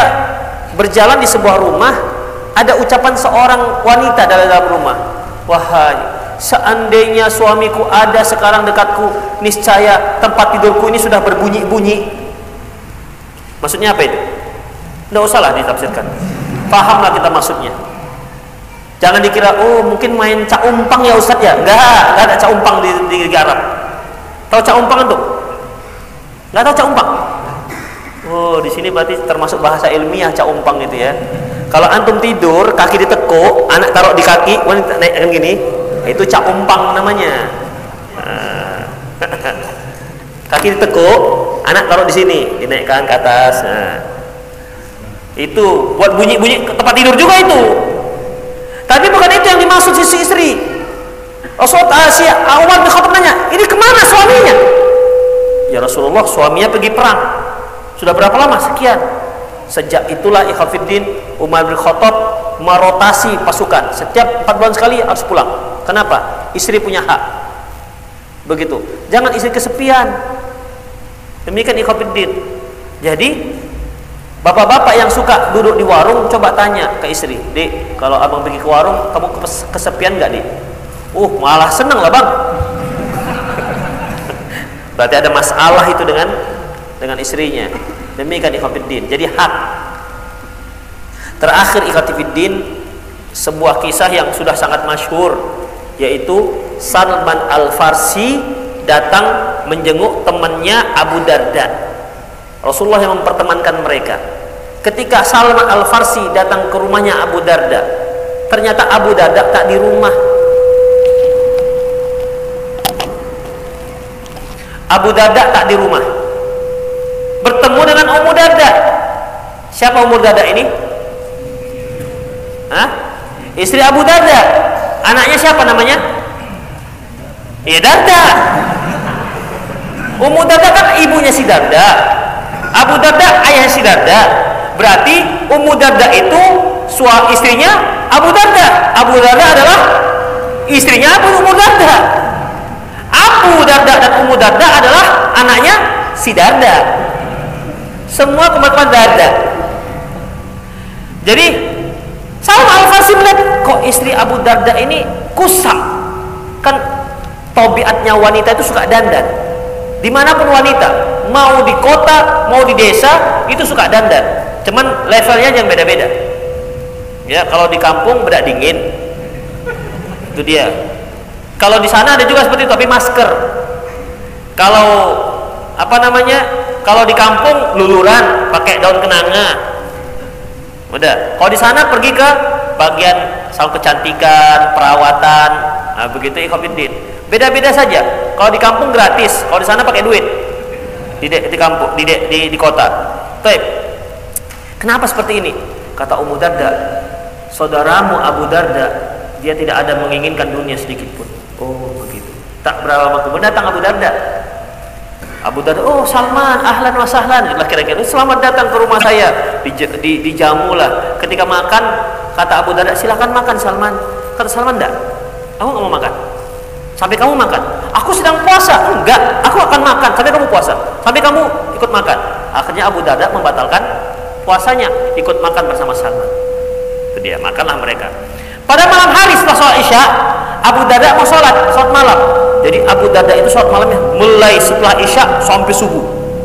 berjalan di sebuah rumah, ada ucapan seorang wanita dalam rumah, wahai seandainya suamiku ada sekarang dekatku, niscaya tempat tidurku ini sudah berbunyi-bunyi. Maksudnya apa itu? Tidak usahlah ditafsirkan, pahamlah kita maksudnya. Jangan dikira, oh mungkin main cak umpang ya Ustadz ya. Enggak ada cak umpang di Arab. Tahu cak umpang itu? Enggak tahu cak umpang? Oh, di sini berarti termasuk bahasa ilmiah cak umpang itu ya. Kalau antum tidur, kaki ditekuk, anak taruh di kaki, wanita naikkan gini, itu cak umpang namanya. Kaki ditekuk, anak taruh di sini, dinaikkan ke atas. Nah, itu buat bunyi-bunyi tempat tidur juga itu. Tapi bukan itu yang dimaksud sisi istri. Rasulullah Umar bin Khattab nanya, ini kemana suaminya? Ya Rasulullah, suaminya pergi perang. Sudah berapa lama? Sekian. Sejak itulah ikhwafiddin, Umar bin Khattab merotasi pasukan. Setiap 4 bulan sekali harus pulang. Kenapa? Istri punya hak. Begitu. Jangan istri kesepian. Demikian ikhwafiddin. Jadi bapak-bapak yang suka duduk di warung, coba tanya ke istri, Dek, kalau abang pergi ke warung, kamu kesepian gak, Dek? Malah seneng lah bang. Berarti ada masalah itu dengan istrinya. Demikian ikhwatiddin. Jadi hak. Terakhir ikhwatiddin, sebuah kisah yang sudah sangat masyhur, yaitu Salman Al-Farsi datang menjenguk temannya Abu Darda. Rasulullah yang mempertemankan mereka. Ketika Salman Al-Farsi datang ke rumahnya Abu Darda, ternyata Abu Darda tak di rumah. Abu Darda tak di rumah. Bertemu dengan Ummu Darda. Siapa Ummu Darda ini? Istri Abu Darda. Anaknya siapa namanya? Ya Darda. Ummu Darda kan ibunya si Darda. Abu Darda ayah si Darda. Berarti Ummu Darda itu istrinya Abu Darda. Abu Darda adalah istrinya Ummu Darda. Abu Darda dan Ummu Darda adalah anaknya si Darda. Semua kematian Darda. Jadi Salman Al-Farsi melihat, kok istri Abu Darda ini kusam. Kan tabiatnya wanita itu suka dandan. Dimanapun wanita, mau di kota, mau di desa, itu suka dandan. Cuman levelnya yang beda-beda. Ya, kalau di kampung bedak dingin, itu dia. Kalau di sana ada juga seperti itu, tapi masker. Kalau kalau di kampung luluran, pakai daun kenanga. Udah. Kalau di sana pergi ke bagian salon kecantikan, perawatan, begitu ikhwatiddin. Beda-beda saja. Kalau di kampung gratis, kalau di sana pakai duit. Di kampung, di kota. Baik. Kenapa seperti ini? Kata Ummu Darda, saudaramu Abu Darda, dia tidak ada menginginkan dunia sedikit pun. Oh begitu. Tak berapa lama kemudian datang Abu Darda. Abu Darda, oh Salman, ahlan wa sahlan. Kira-kira, selamat datang ke rumah saya. Dijamu lah. Ketika makan, kata Abu Darda, silakan makan Salman. Kata Salman, enggak, aku nggak mau makan. Sampai kamu makan. Aku sedang puasa. Enggak, aku akan makan sampai kamu puasa. Sampai kamu ikut makan. Akhirnya Abu Darda membatalkan puasanya, ikut makan bersama Salman. Itu dia, makanlah mereka. Pada malam hari setelah sholat Isya, Abu Darda mau sholat malam. Jadi Abu Darda itu sholat malamnya mulai setelah Isya sampai subuh.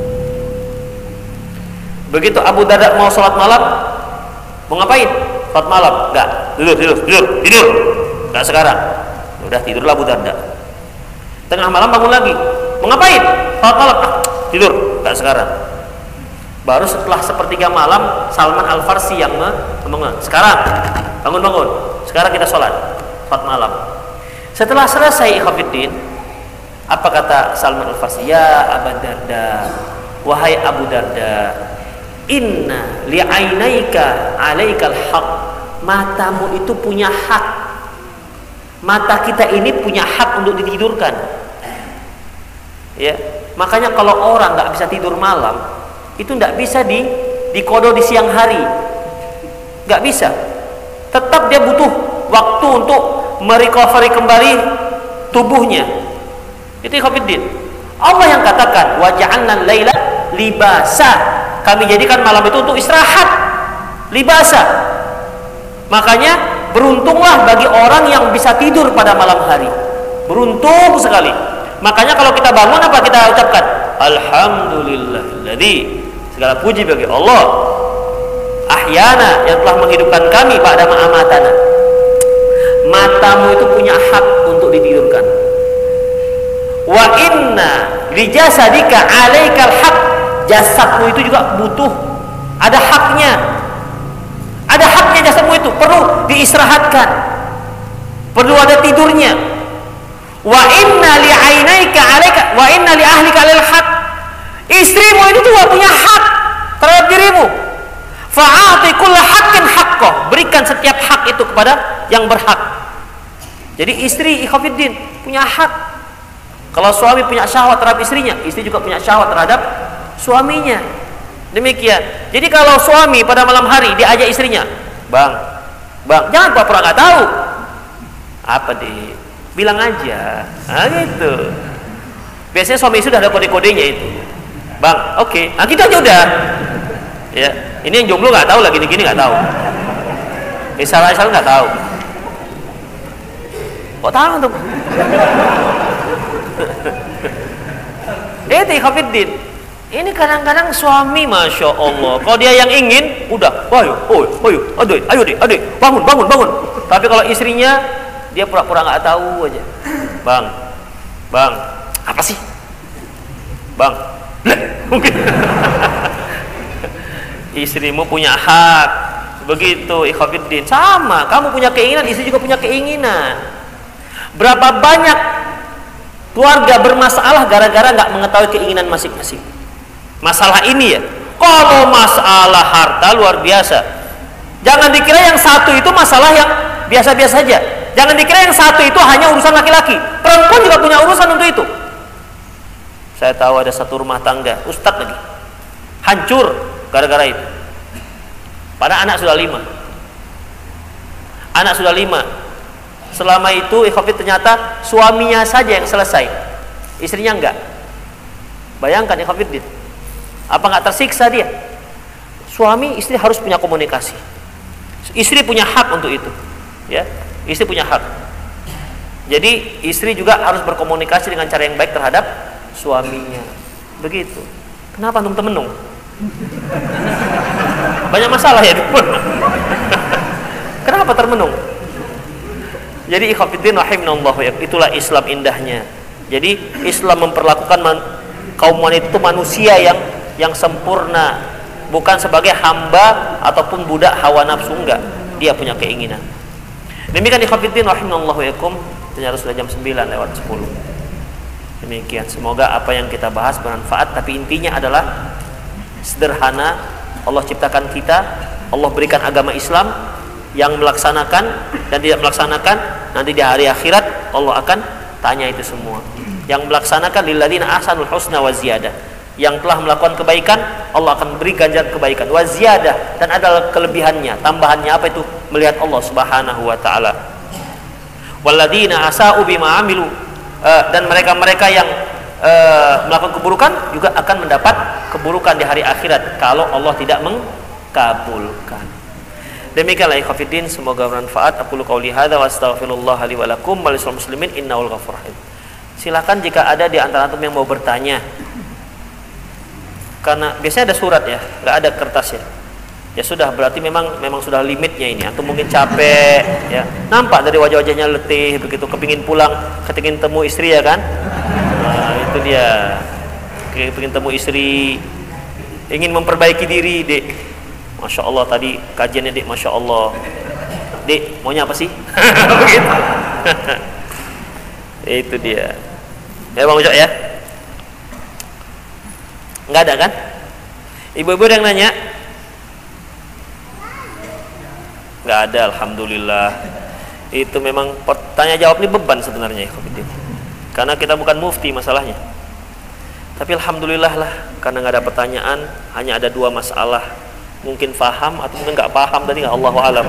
Begitu Abu Darda mau sholat malam, mau ngapain? Sholat malam? Enggak, tidur. Enggak sekarang. Udah tidurlah Abu Darda. Tengah malam bangun lagi, mau ngapain? Sholat malam? Tidur. Enggak sekarang. Baru setelah sepertiga malam Salman Al-Farsi yang ngomong, sekarang bangun. Sekarang kita sholat malam. Setelah selesai ikhwatiddin, apa kata Salman Al-Farsi? Ya Abu Darda, wahai Abu Darda, inna li'ainaika 'alaikal haq. Matamu itu punya hak. Mata kita ini punya hak untuk ditidurkan. Ya, makanya kalau orang nggak bisa tidur malam, itu nggak bisa dikodo di siang hari. Nggak bisa. Tetap dia butuh waktu untuk merecovery kembali tubuhnya. Itu ikhwatiddin. Allah yang katakan wa ja'alna laila libasa. Kami jadikan malam itu untuk istirahat. Libasa. Makanya beruntunglah bagi orang yang bisa tidur pada malam hari. Beruntung sekali. Makanya kalau kita bangun apa kita ucapkan? Alhamdulillahilladzi, segala puji bagi Allah ahyana, yang telah menghidupkan kami ba'da ma amatana. Matamu itu punya hak untuk ditidurkan. Wa inna li jasadika 'alaikal haq, jasadmu itu juga butuh, ada haknya. Ada haknya jasadmu itu, perlu diistirahatkan, perlu ada tidurnya. Wa inna li 'ainaika 'alaika wa inna li ahlika 'alail haq, istrimu itu juga punya hak terhadap dirimu. Fa'ati kulla haqqin haqqah, berikan setiap hak itu kepada yang berhak. Jadi istri ikhwatiddin punya hak. Kalau suami punya syahwat terhadap istrinya, istri juga punya syahwat terhadap suaminya. Demikian. Jadi kalau suami pada malam hari diajak istrinya, bang, jangan pura-pura nggak tahu. Apa deh? Bilang aja. Nah gitu. Biasanya suami sudah ada kode-kodenya itu. Bang, oke. Nah gitu aja udah. Ya, ini yang jomblo nggak tahu lagi, gini nggak tahu. Salah nggak tahu. Kok tahu tuh? Ikhwatiddin, ini kadang-kadang suami, masya Allah, kalau dia yang ingin, udah, ayo, ayo deh, bangun. Tapi kalau istrinya, dia pura-pura nggak tahu aja. Bang, apa sih? Bang, mungkin. Istrimu punya hak, begitu ikhwatiddin. Sama, kamu punya keinginan, istri juga punya keinginan. Berapa banyak keluarga bermasalah gara-gara nggak mengetahui keinginan masing-masing. Masalah ini ya, kalau masalah harta luar biasa. Jangan dikira yang satu itu masalah yang biasa-biasa saja. Jangan dikira yang satu itu hanya urusan laki-laki. Perempuan juga punya urusan untuk itu. Saya tahu ada satu rumah tangga, ustadz lagi, hancur gara-gara itu. Padahal anak sudah 5. Anak sudah 5. Selama itu ikhwatiddin ternyata suaminya saja yang selesai, istrinya enggak. Bayangkan ikhwatiddin, apa enggak tersiksa dia? Suami istri harus punya komunikasi. Istri punya hak untuk itu, ya. Istri punya hak. Jadi istri juga harus berkomunikasi dengan cara yang baik terhadap suaminya. Begitu. Kenapa antum temenung? Banyak masalah ya. Kenapa termenung? Jadi ikhwatiddin rahimanallah, itulah Islam indahnya. Jadi Islam memperlakukan kaum wanita itu manusia yang sempurna, bukan sebagai hamba ataupun budak hawa nafsu, enggak. Dia punya keinginan. Demikian ikhwatiddin rahimanallah yakum. Ternyata sudah jam 9:10. Demikian, semoga apa yang kita bahas bermanfaat, tapi intinya adalah sederhana. Allah ciptakan kita, Allah berikan agama Islam. Yang melaksanakan dan tidak melaksanakan, nanti di hari akhirat Allah akan tanya itu semua. Yang melaksanakan lilladzina ahsanul husna wa ziyadah, yang telah melakukan kebaikan Allah akan beri ganjaran kebaikan, wa ziyadah, dan adalah kelebihannya, tambahannya apa itu? Melihat Allah Subhanahu wa taala. Walladzina asa'u bima amilu, dan mereka-mereka yang melakukan keburukan juga akan mendapat keburukan di hari akhirat kalau Allah tidak mengkabulkan. Demikianlah ikhwatiddin, semoga bermanfaat. Aqulu qauli hadza wa astaghfirullah li wa lakum wa lisal muslimin innahu ghafurur rahim. Silakan jika ada di antara antum yang mau bertanya. Karena biasanya ada surat ya, enggak ada kertas ya. Ya sudah, berarti memang sudah limitnya ini. Antum mungkin capek ya. Nampak dari wajah-wajahnya letih begitu, kepingin pulang, kepingin temu istri ya kan? Nah, itu dia. Kepingin temu istri, ingin memperbaiki diri, Dek. Masya Allah tadi kajiannya, Dek, Masya Allah. Dek, maunya apa sih? Begitu. Itu dia. Ya Bang Ucok ya. Enggak ada kan? Ibu-ibu yang nanya? Enggak ada, alhamdulillah. Itu memang tanya jawab ini beban sebenarnya, karena kita bukan mufti masalahnya. Tapi alhamdulillah lah, karena enggak ada pertanyaan, hanya ada 2 masalah. Mungkin paham atau mungkin nggak paham tadi, nggak, Allahu alam.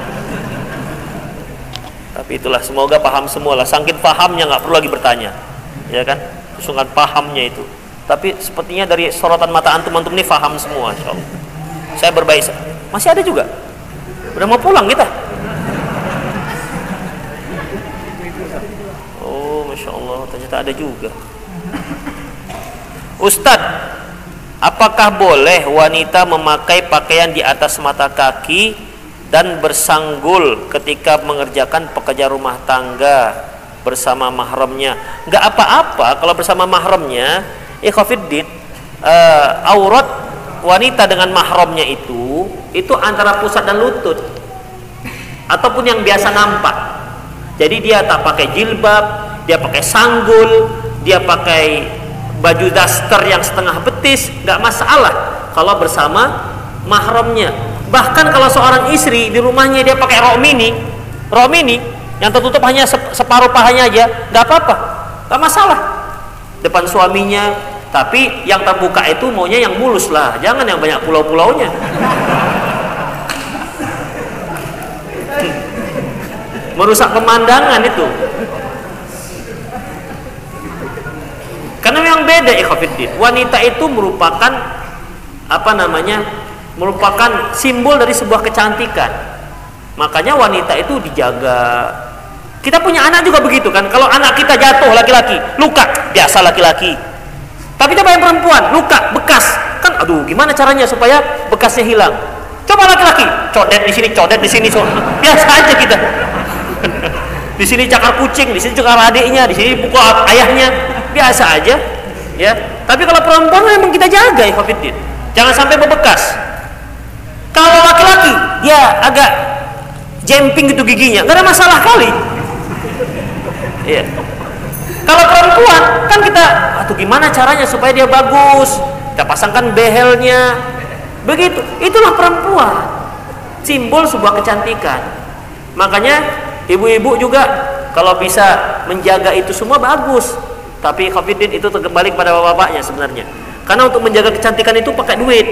Tapi itulah, semoga paham semua lah. Saking pahamnya nggak perlu lagi bertanya, ya kan? Sungguh pahamnya itu. Tapi sepertinya dari sorotan mata antum ini paham semua, insyaallah. Saya berbaik. Masih ada juga. Udah mau pulang kita. Oh, Masya Allah, ternyata ada juga. Ustadz, apakah boleh wanita memakai pakaian di atas mata kaki dan bersanggul ketika mengerjakan pekerjaan rumah tangga bersama mahramnya? Nggak apa-apa kalau bersama mahramnya. Ikhwafiddin, aurat wanita dengan mahramnya itu antara pusat dan lutut, ataupun yang biasa nampak. Jadi dia tak pakai jilbab, dia pakai sanggul, dia pakai baju daster yang setengah betis, nggak masalah kalau bersama mahramnya. Bahkan kalau seorang istri di rumahnya dia pakai rok mini yang tertutup hanya separuh pahanya aja, nggak apa-apa, nggak masalah depan suaminya. Tapi yang terbuka itu maunya yang mulus lah, jangan yang banyak pulau-pulaunya. Merusak pemandangan itu. Karena memang beda ikhwatiddin. Wanita itu merupakan merupakan simbol dari sebuah kecantikan. Makanya wanita itu dijaga. Kita punya anak juga begitu kan. Kalau anak kita jatuh laki-laki, luka, biasa laki-laki. Tapi coba yang perempuan, luka, bekas, kan aduh gimana caranya supaya bekasnya hilang? Coba laki-laki, codet di sini, biasa aja kita. Di sini cakar kucing, di sini cakar adiknya, di sini pukul ayahnya, biasa aja, ya. Tapi kalau perempuan memang kita jaga, ikhwatiddin, jangan sampai berbekas. Kalau laki-laki, dia agak jemping gitu giginya, nggak ada masalah kali. Ya. Kalau perempuan, kan kita, aduh gimana caranya supaya dia bagus? Kita pasangkan behelnya, begitu. Itulah perempuan, simbol sebuah kecantikan. Makanya ibu-ibu juga kalau bisa menjaga itu semua bagus. Tapi ikhwatiddin itu kembali kepada bapak-bapaknya sebenarnya. Karena untuk menjaga kecantikan itu pakai duit.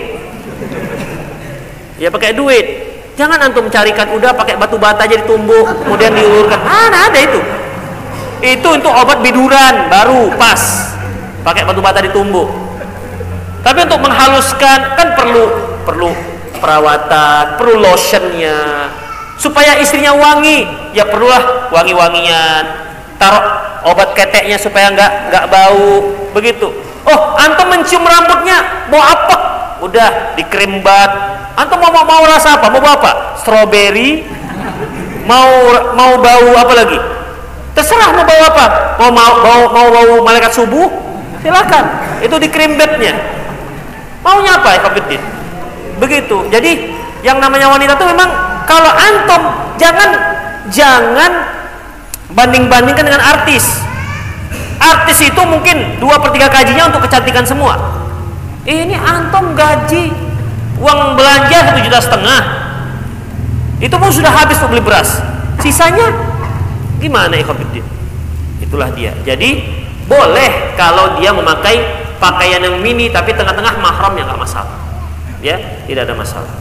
Ya pakai duit. Jangan antum carikan udah pakai batu bata aja ditumbuk, kemudian diulurkan. Ada itu. Itu untuk obat biduran baru pas. Pakai batu bata ditumbuk. Tapi untuk menghaluskan kan perlu perawatan, perlu lotionnya. Supaya istrinya wangi, ya perlulah wangi-wangian. Taruh obat keteknya supaya nggak bau, begitu. Oh, antum mencium rambutnya, bau apa? Udah dikerimbat. Antum mau rasa apa? Mau bau apa? Strawberry? Mau bau apa lagi? Terserah mau bau apa. Mau bau malaikat subuh? Silakan. Itu dikerimbatnya. Maunya apa, ikhwatiddin? Begitu. Jadi yang namanya wanita itu memang kalau antum jangan banding-bandingkan dengan artis. Artis itu mungkin 2/3 gajinya untuk kecantikan semua. Ini antum gaji uang belanja 1,5 juta. Itu pun sudah habis untuk beli beras. Sisanya gimana ikhwatiddin? Itulah dia. Jadi boleh kalau dia memakai pakaian yang mini tapi tengah-tengah mahram yang nggak masalah. Ya, tidak ada masalah.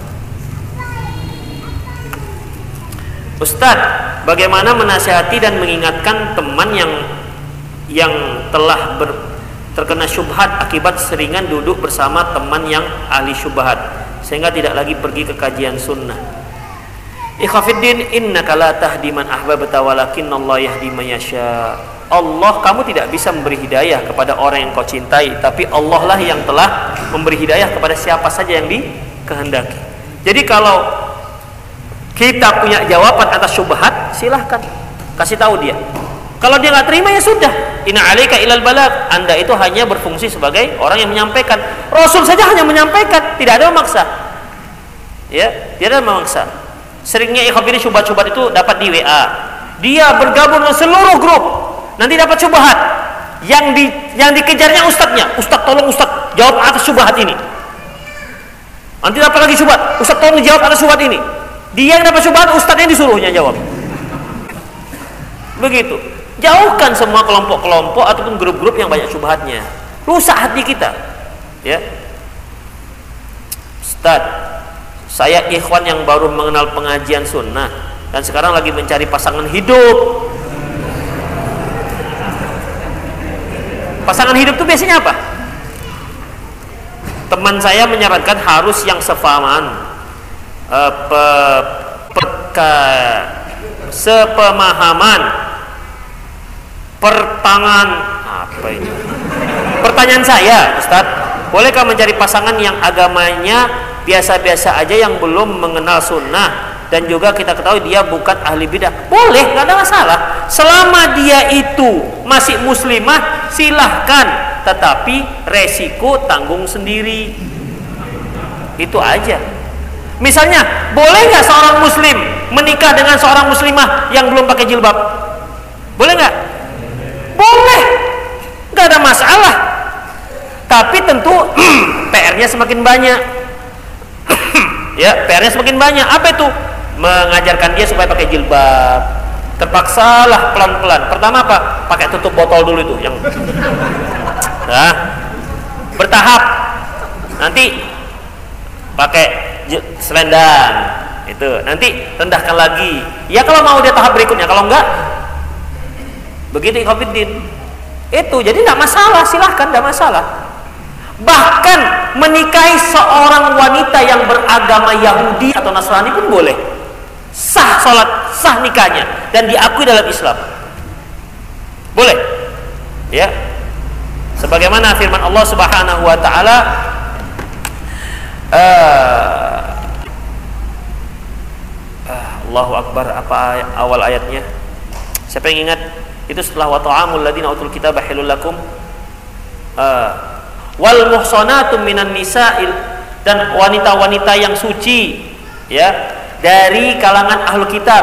Ustadz, bagaimana menasihati dan mengingatkan teman yang telah terkena syubhat akibat seringan duduk bersama teman yang ahli syubhat sehingga tidak lagi pergi ke kajian sunnah? Ikhwafiddin, innaka la tahdi man ahbabta walakinnallaha yahdi man yasha. Allah, kamu tidak bisa memberi hidayah kepada orang yang kau cintai, tapi Allah lah yang telah memberi hidayah kepada siapa saja yang dikehendaki. Jadi kalau kita punya jawaban atas syubhat, silahkan kasih tahu dia. Kalau dia nggak terima ya sudah. Inna alaika ilal balagh. Anda itu hanya berfungsi sebagai orang yang menyampaikan. Rasul saja hanya menyampaikan, tidak ada memaksa. Ya, tidak ada memaksa. Seringnya ikhwatiddin syubhat-syubhat itu dapat di WA. Dia bergabung dengan seluruh grup. Nanti dapat syubhat. Yang dikejarnya ustadznya. Ustadz, tolong ustadz jawab atas syubhat ini. Nanti dapat lagi syubhat. Ustadz, tolong dijawab atas syubhat ini. Dia yang dapat syubhat, ustadznya disuruhnya jawab. Begitu. Jauhkan semua kelompok-kelompok ataupun grup-grup yang banyak syubhatnya. Rusak hati kita. Ya. Ustaz, saya ikhwan yang baru mengenal pengajian sunnah dan sekarang lagi mencari pasangan hidup. Pasangan hidup itu biasanya apa? Teman saya menyarankan harus yang sefahaman, sepemahaman, Pertangan apa ini? Pertanyaan saya, Ustadz, bolehkah mencari pasangan yang agamanya biasa-biasa aja, yang belum mengenal sunnah, dan juga kita ketahui dia bukan ahli bidah? Boleh, nggak ada masalah. Selama dia itu masih muslimah, silahkan. Tetapi resiko tanggung sendiri. Itu aja. Misalnya, boleh nggak seorang muslim menikah dengan seorang muslimah yang belum pakai jilbab? Boleh nggak? Boleh, nggak ada masalah. Tapi tentu PR-nya semakin banyak. Ya, PR-nya semakin banyak. Apa itu? Mengajarkan dia supaya pakai jilbab. Terpaksalah pelan-pelan. Pertama apa? Pakai tutup botol dulu itu, yang nah, bertahap. Nanti pakai selendang. Itu. Nanti rendahkan lagi. Ya kalau mau dia tahap berikutnya. Kalau enggak, begitu ikhwatiddin. Itu jadi tidak masalah, silahkan, tidak masalah. Bahkan menikahi seorang wanita yang beragama Yahudi atau Nasrani pun boleh. Sah sholat, sah nikahnya, dan diakui dalam Islam. Boleh. Ya. Sebagaimana firman Allah Subhanahu wa taala, Allahu Akbar, apa awal ayatnya? Siapa yang ingat? Itu setelah wa ta'amul ladina utul kitaba halul lakum wal muhsanatum minan nisa'il, dan wanita-wanita yang suci ya dari kalangan ahlu kitab.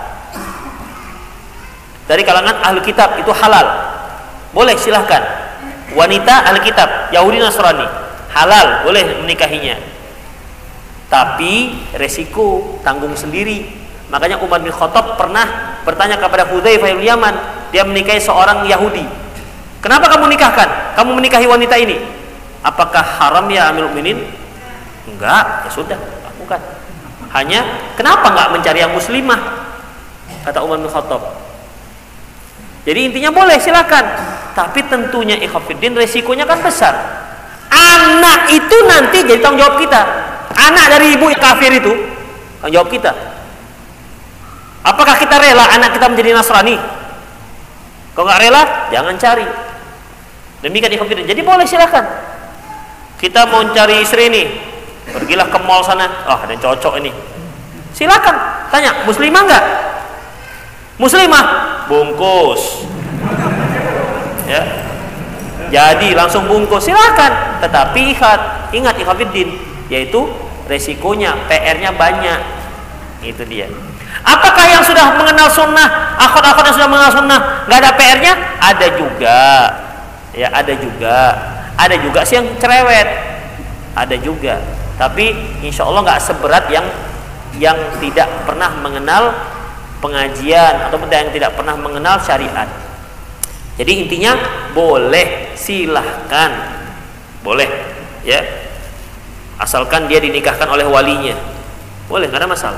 Dari kalangan ahlu kitab itu halal. Boleh, silahkan. Wanita ahli kitab, Yahudi Nasrani, halal, boleh menikahinya. Tapi resiko tanggung sendiri. Makanya Umar bin Khattab pernah bertanya kepada Hudzaifah bin Yaman, dia menikahi seorang Yahudi. Kenapa kamu nikahkan? Kamu menikahi wanita ini? Apakah haram ya Amirul Mukminin? Enggak, ya sudah, lakukan. Hanya kenapa enggak mencari yang muslimah? Kata Umar bin Khattab. Jadi intinya boleh, silakan. Tapi tentunya ikhwatiddin resikonya kan besar. Anak itu nanti jadi tanggung jawab kita. Anak dari ibu kafir itu tanggung jawab kita. Apakah kita rela anak kita menjadi Nasrani? Kalau nggak rela, jangan cari. Demikian ikhwatiddin. Jadi boleh, silakan. Kita mau cari istri nih, pergilah ke mall sana. Ada yang cocok ini. Silakan. Tanya, muslimah nggak? Muslimah, bungkus. Ya. Jadi langsung bungkus, silakan. Tetapi ingat ikhwatiddin, yaitu resikonya, PR-nya banyak. Itu dia. Apakah yang sudah mengenal sunnah, akhwat-akhwat yang sudah mengenal sunnah, nggak ada PR-nya? Ada juga. Ya, ada juga. Ada juga sih yang cerewet. Ada juga. Tapi insya Allah nggak seberat yang tidak pernah mengenal pengajian ataupun yang tidak pernah mengenal syariat. Jadi intinya boleh, silahkan, boleh, ya, asalkan dia dinikahkan oleh walinya, boleh, nggak ada masalah.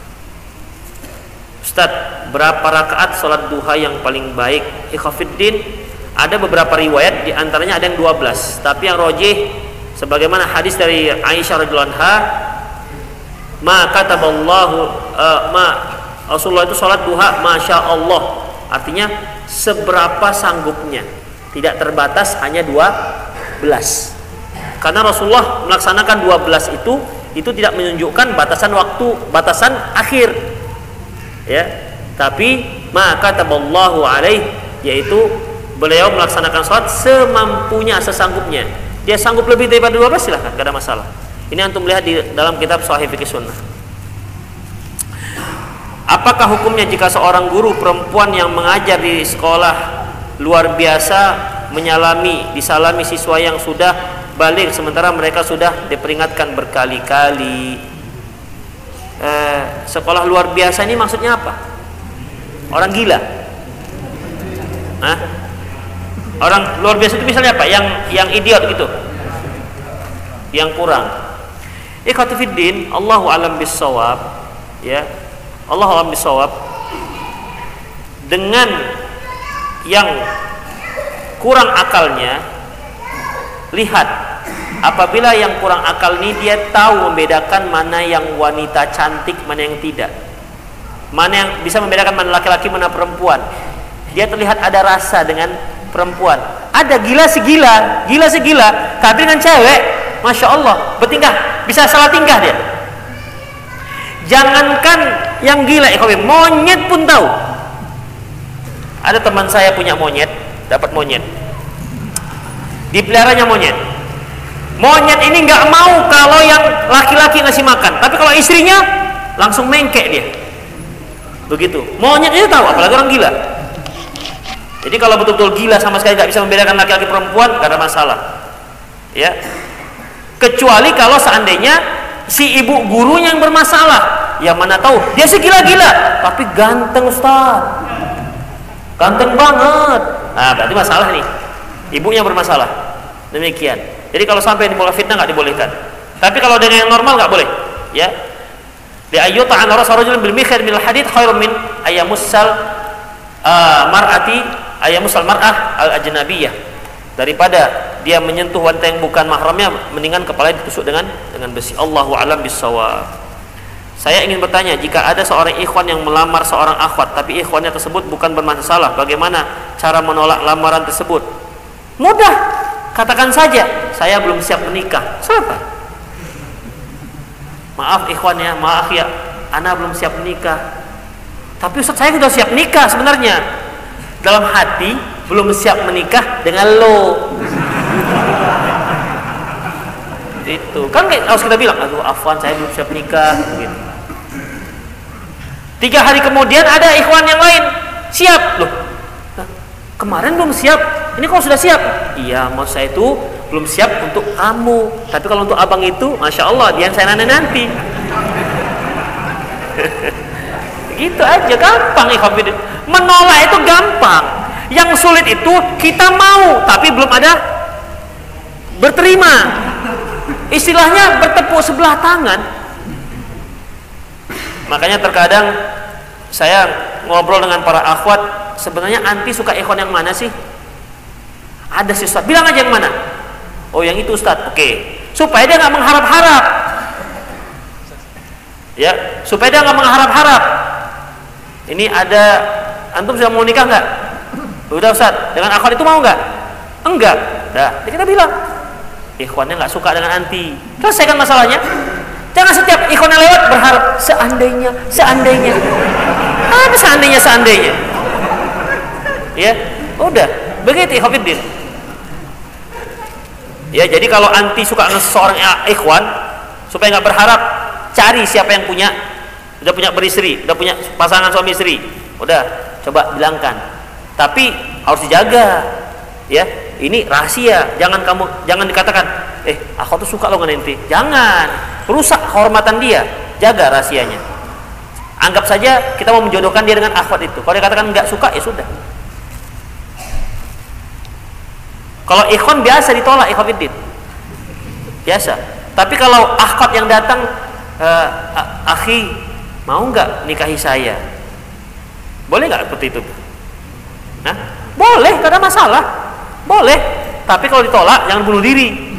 Ustadz, berapa rakaat sholat duha yang paling baik? Ikhwatiddin, ada beberapa riwayat, diantaranya ada yang 12, tapi yang rojih sebagaimana hadis dari Aisyah radhiyallahu anha, maka kataballahu Rasulullah itu sholat duha masya Allah, artinya seberapa sanggupnya, tidak terbatas, hanya 12. Karena Rasulullah melaksanakan 12 itu tidak menunjukkan batasan waktu, batasan akhir, ya. Tapi maka taballahu alaih, yaitu beliau melaksanakan sholat semampunya, sesanggupnya. Dia sanggup lebih daripada 12, silahkan, tidak ada masalah. Ini antum lihat di dalam kitab Shahih Fiqh Sunnah. Apakah hukumnya jika seorang guru perempuan yang mengajar di sekolah luar biasa disalami siswa yang sudah balik sementara mereka sudah diperingatkan berkali-kali? Sekolah luar biasa ini maksudnya apa? Orang gila? Orang luar biasa itu misalnya apa? Yang idiot gitu? Yang kurang? Ikhwatiddin, Allahu a'lam bissawab, ya. Allah alam bisawab. Dengan yang kurang akalnya, lihat, apabila yang kurang akal ini dia tahu membedakan mana yang wanita cantik, mana yang tidak, mana yang bisa membedakan mana laki-laki, mana perempuan, dia terlihat ada rasa dengan perempuan. Ada gila segila, tapi dengan cewek, masya Allah, bertingkah, bisa salah tingkah dia. Jangankan yang gila, monyet pun tahu. Ada teman saya punya monyet, dapat monyet, dipeliharanya monyet. Monyet ini nggak mau kalau yang laki-laki ngasih makan, tapi kalau istrinya langsung mengkek dia. Begitu. Monyet itu tahu, apalagi orang gila. Jadi kalau betul-betul gila sama sekali nggak bisa membedakan laki-laki perempuan, nggak ada masalah. Ya. Kecuali kalau seandainya si ibu gurunya yang bermasalah, yang mana tahu dia sih gila-gila, tapi ganteng Ustaz. Ganteng banget. Nah, berarti masalah nih. Ibunya bermasalah. Demikian. Jadi kalau sampai dimulai fitnah nggak dibolehkan. Tapi kalau dengan yang normal nggak boleh. Ya. Bi ayyuta an rasulun bil mikhir min al hadid khairun min ayamussal mar'ah al ajnabiyah. Daripada dia menyentuh wanita yang bukan mahramnya, mendingan kepalanya ditusuk dengan besi. Allahu a'lam bissawab. Saya ingin bertanya, jika ada seorang ikhwan yang melamar seorang akhwat, tapi ikhwannya tersebut bukan bermasalah, bagaimana cara menolak lamaran tersebut? Mudah, katakan saja, saya belum siap menikah. Selesai. Maaf ikhwan ya, maaf ya, ana belum siap menikah. Tapi Ustaz, saya sudah siap nikah sebenarnya. Dalam hati belum siap menikah dengan lo. Itu kan harus kita bilang, aduh afwan saya belum siap nikah gitu. 3 hari kemudian ada ikhwan yang lain siap. Loh, kemarin belum siap, ini kok sudah siap? Iya, mau saya itu belum siap untuk kamu, tapi kalau untuk abang itu masya Allah dia yang saya nanti. Gitu aja, gampang ikhwan. Menolak itu gampang, yang sulit itu kita mau tapi belum ada berterima. Istilahnya bertepuk sebelah tangan. Makanya terkadang saya ngobrol dengan para akhwat, sebenarnya anti suka ikhwan yang mana sih? Ada sih Ustaz, bilang aja yang mana. Oh yang itu Ustaz, oke. Supaya dia nggak mengharap-harap. Ya, supaya dia nggak mengharap-harap. Ini ada, antum sudah mau nikah nggak? Udah Ustaz, dengan akhwat itu mau nggak? Enggak. Dah, kita bilang ikhwannya nggak suka dengan anti. Selesaikan masalahnya. Jangan setiap ikhwan yang lewat berharap seandainya. Ada seandainya. Ya, udah. Begitu ikhwatiddin. Ya, jadi kalau anti suka dengan seseorang ikhwan, supaya nggak berharap, cari siapa yang udah punya beristri, udah punya pasangan suami istri. Udah, coba bilangkan. Tapi harus dijaga. Ya, ini rahasia. Jangan dikatakan, aku tuh suka lo dengan ente. Jangan. Rusak kehormatan dia. Jaga rahasianya. Anggap saja kita mau menjodohkan dia dengan akhwat itu. Kalau dia katakan nggak suka, ya sudah. Kalau ikhwan biasa ditolak, ikhwatiddin. Biasa. Tapi kalau akhwat yang datang, akhi, mau nggak nikahi saya? Boleh nggak seperti itu? Nah, boleh, nggak ada masalah. Boleh. Tapi kalau ditolak, jangan bunuh diri.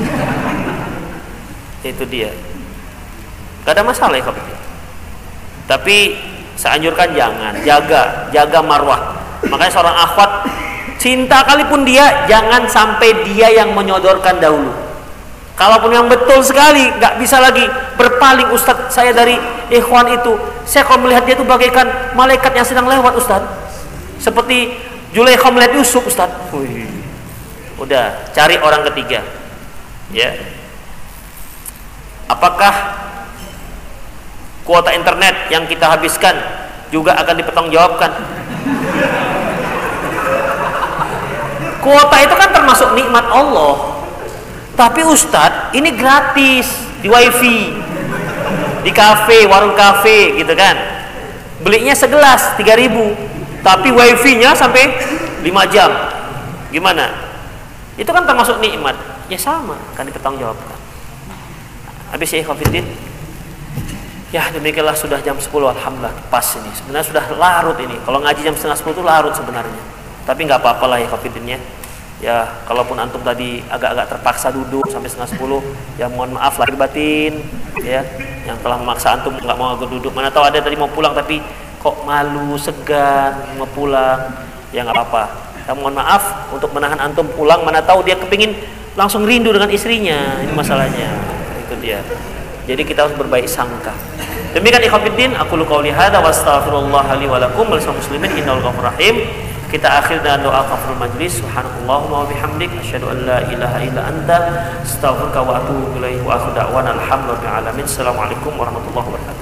Itu dia. Gak ada masalah ya. Tapi saya anjurkan jangan. Jaga marwah. Makanya seorang akhwat, cinta kalipun dia, jangan sampai dia yang menyodorkan dahulu. Kalaupun yang betul sekali, gak bisa lagi berpaling, Ustadz saya dari ikhwan itu, saya kalau melihat dia itu bagaikan malaikat yang sedang lewat Ustadz, seperti Zulaikha melihat Yusuf Ustadz. Udah, cari orang ketiga. Ya. Apakah kuota internet yang kita habiskan juga akan dipertanggungjawabkan? Kuota itu kan termasuk nikmat Allah. Tapi Ustadz, ini gratis di wifi, di kafe, warung kafe gitu kan. Belinya segelas 3.000, tapi wifi-nya sampai 5 jam. Gimana? Itu kan termasuk nikmat. Ya sama, akan dipertanggungjawabkan. Habis ya ikhwatiddin. Ya demikianlah, sudah jam 10, alhamdulillah pas ini. Sebenarnya sudah larut ini. Kalau ngaji jam setengah 10 itu larut sebenarnya. Tapi nggak apa-apa lah ya ikhwatiddin ya. Ya kalaupun antum tadi agak-agak terpaksa duduk sampai setengah 10, ya mohon maaf lahir batin ya, yang telah memaksa antum nggak mau duduk. Mana tahu ada tadi mau pulang tapi kok malu, segan mau pulang. ya nggak apa-apa. Saya mohon maaf untuk menahan antum pulang, mana tahu dia kepingin langsung rindu dengan istrinya, ini masalahnya. Itu dia. Jadi kita harus berbaik sangka. Demikian ikhwatiddin, aku lu qauli hadza wa astaghfirullah li wa lakum wal muslimin innahu ghafurur rahim. Kita akhir dengan doa kafaratul majlis. Subhanallahumma wa bihamdik asyhadu an la ilaha illa anta astaghfiruka wa atubu ilaik wa akhiru da'wana alhamdulillahi alamin. Assalamualaikum warahmatullahi wabarakatuh.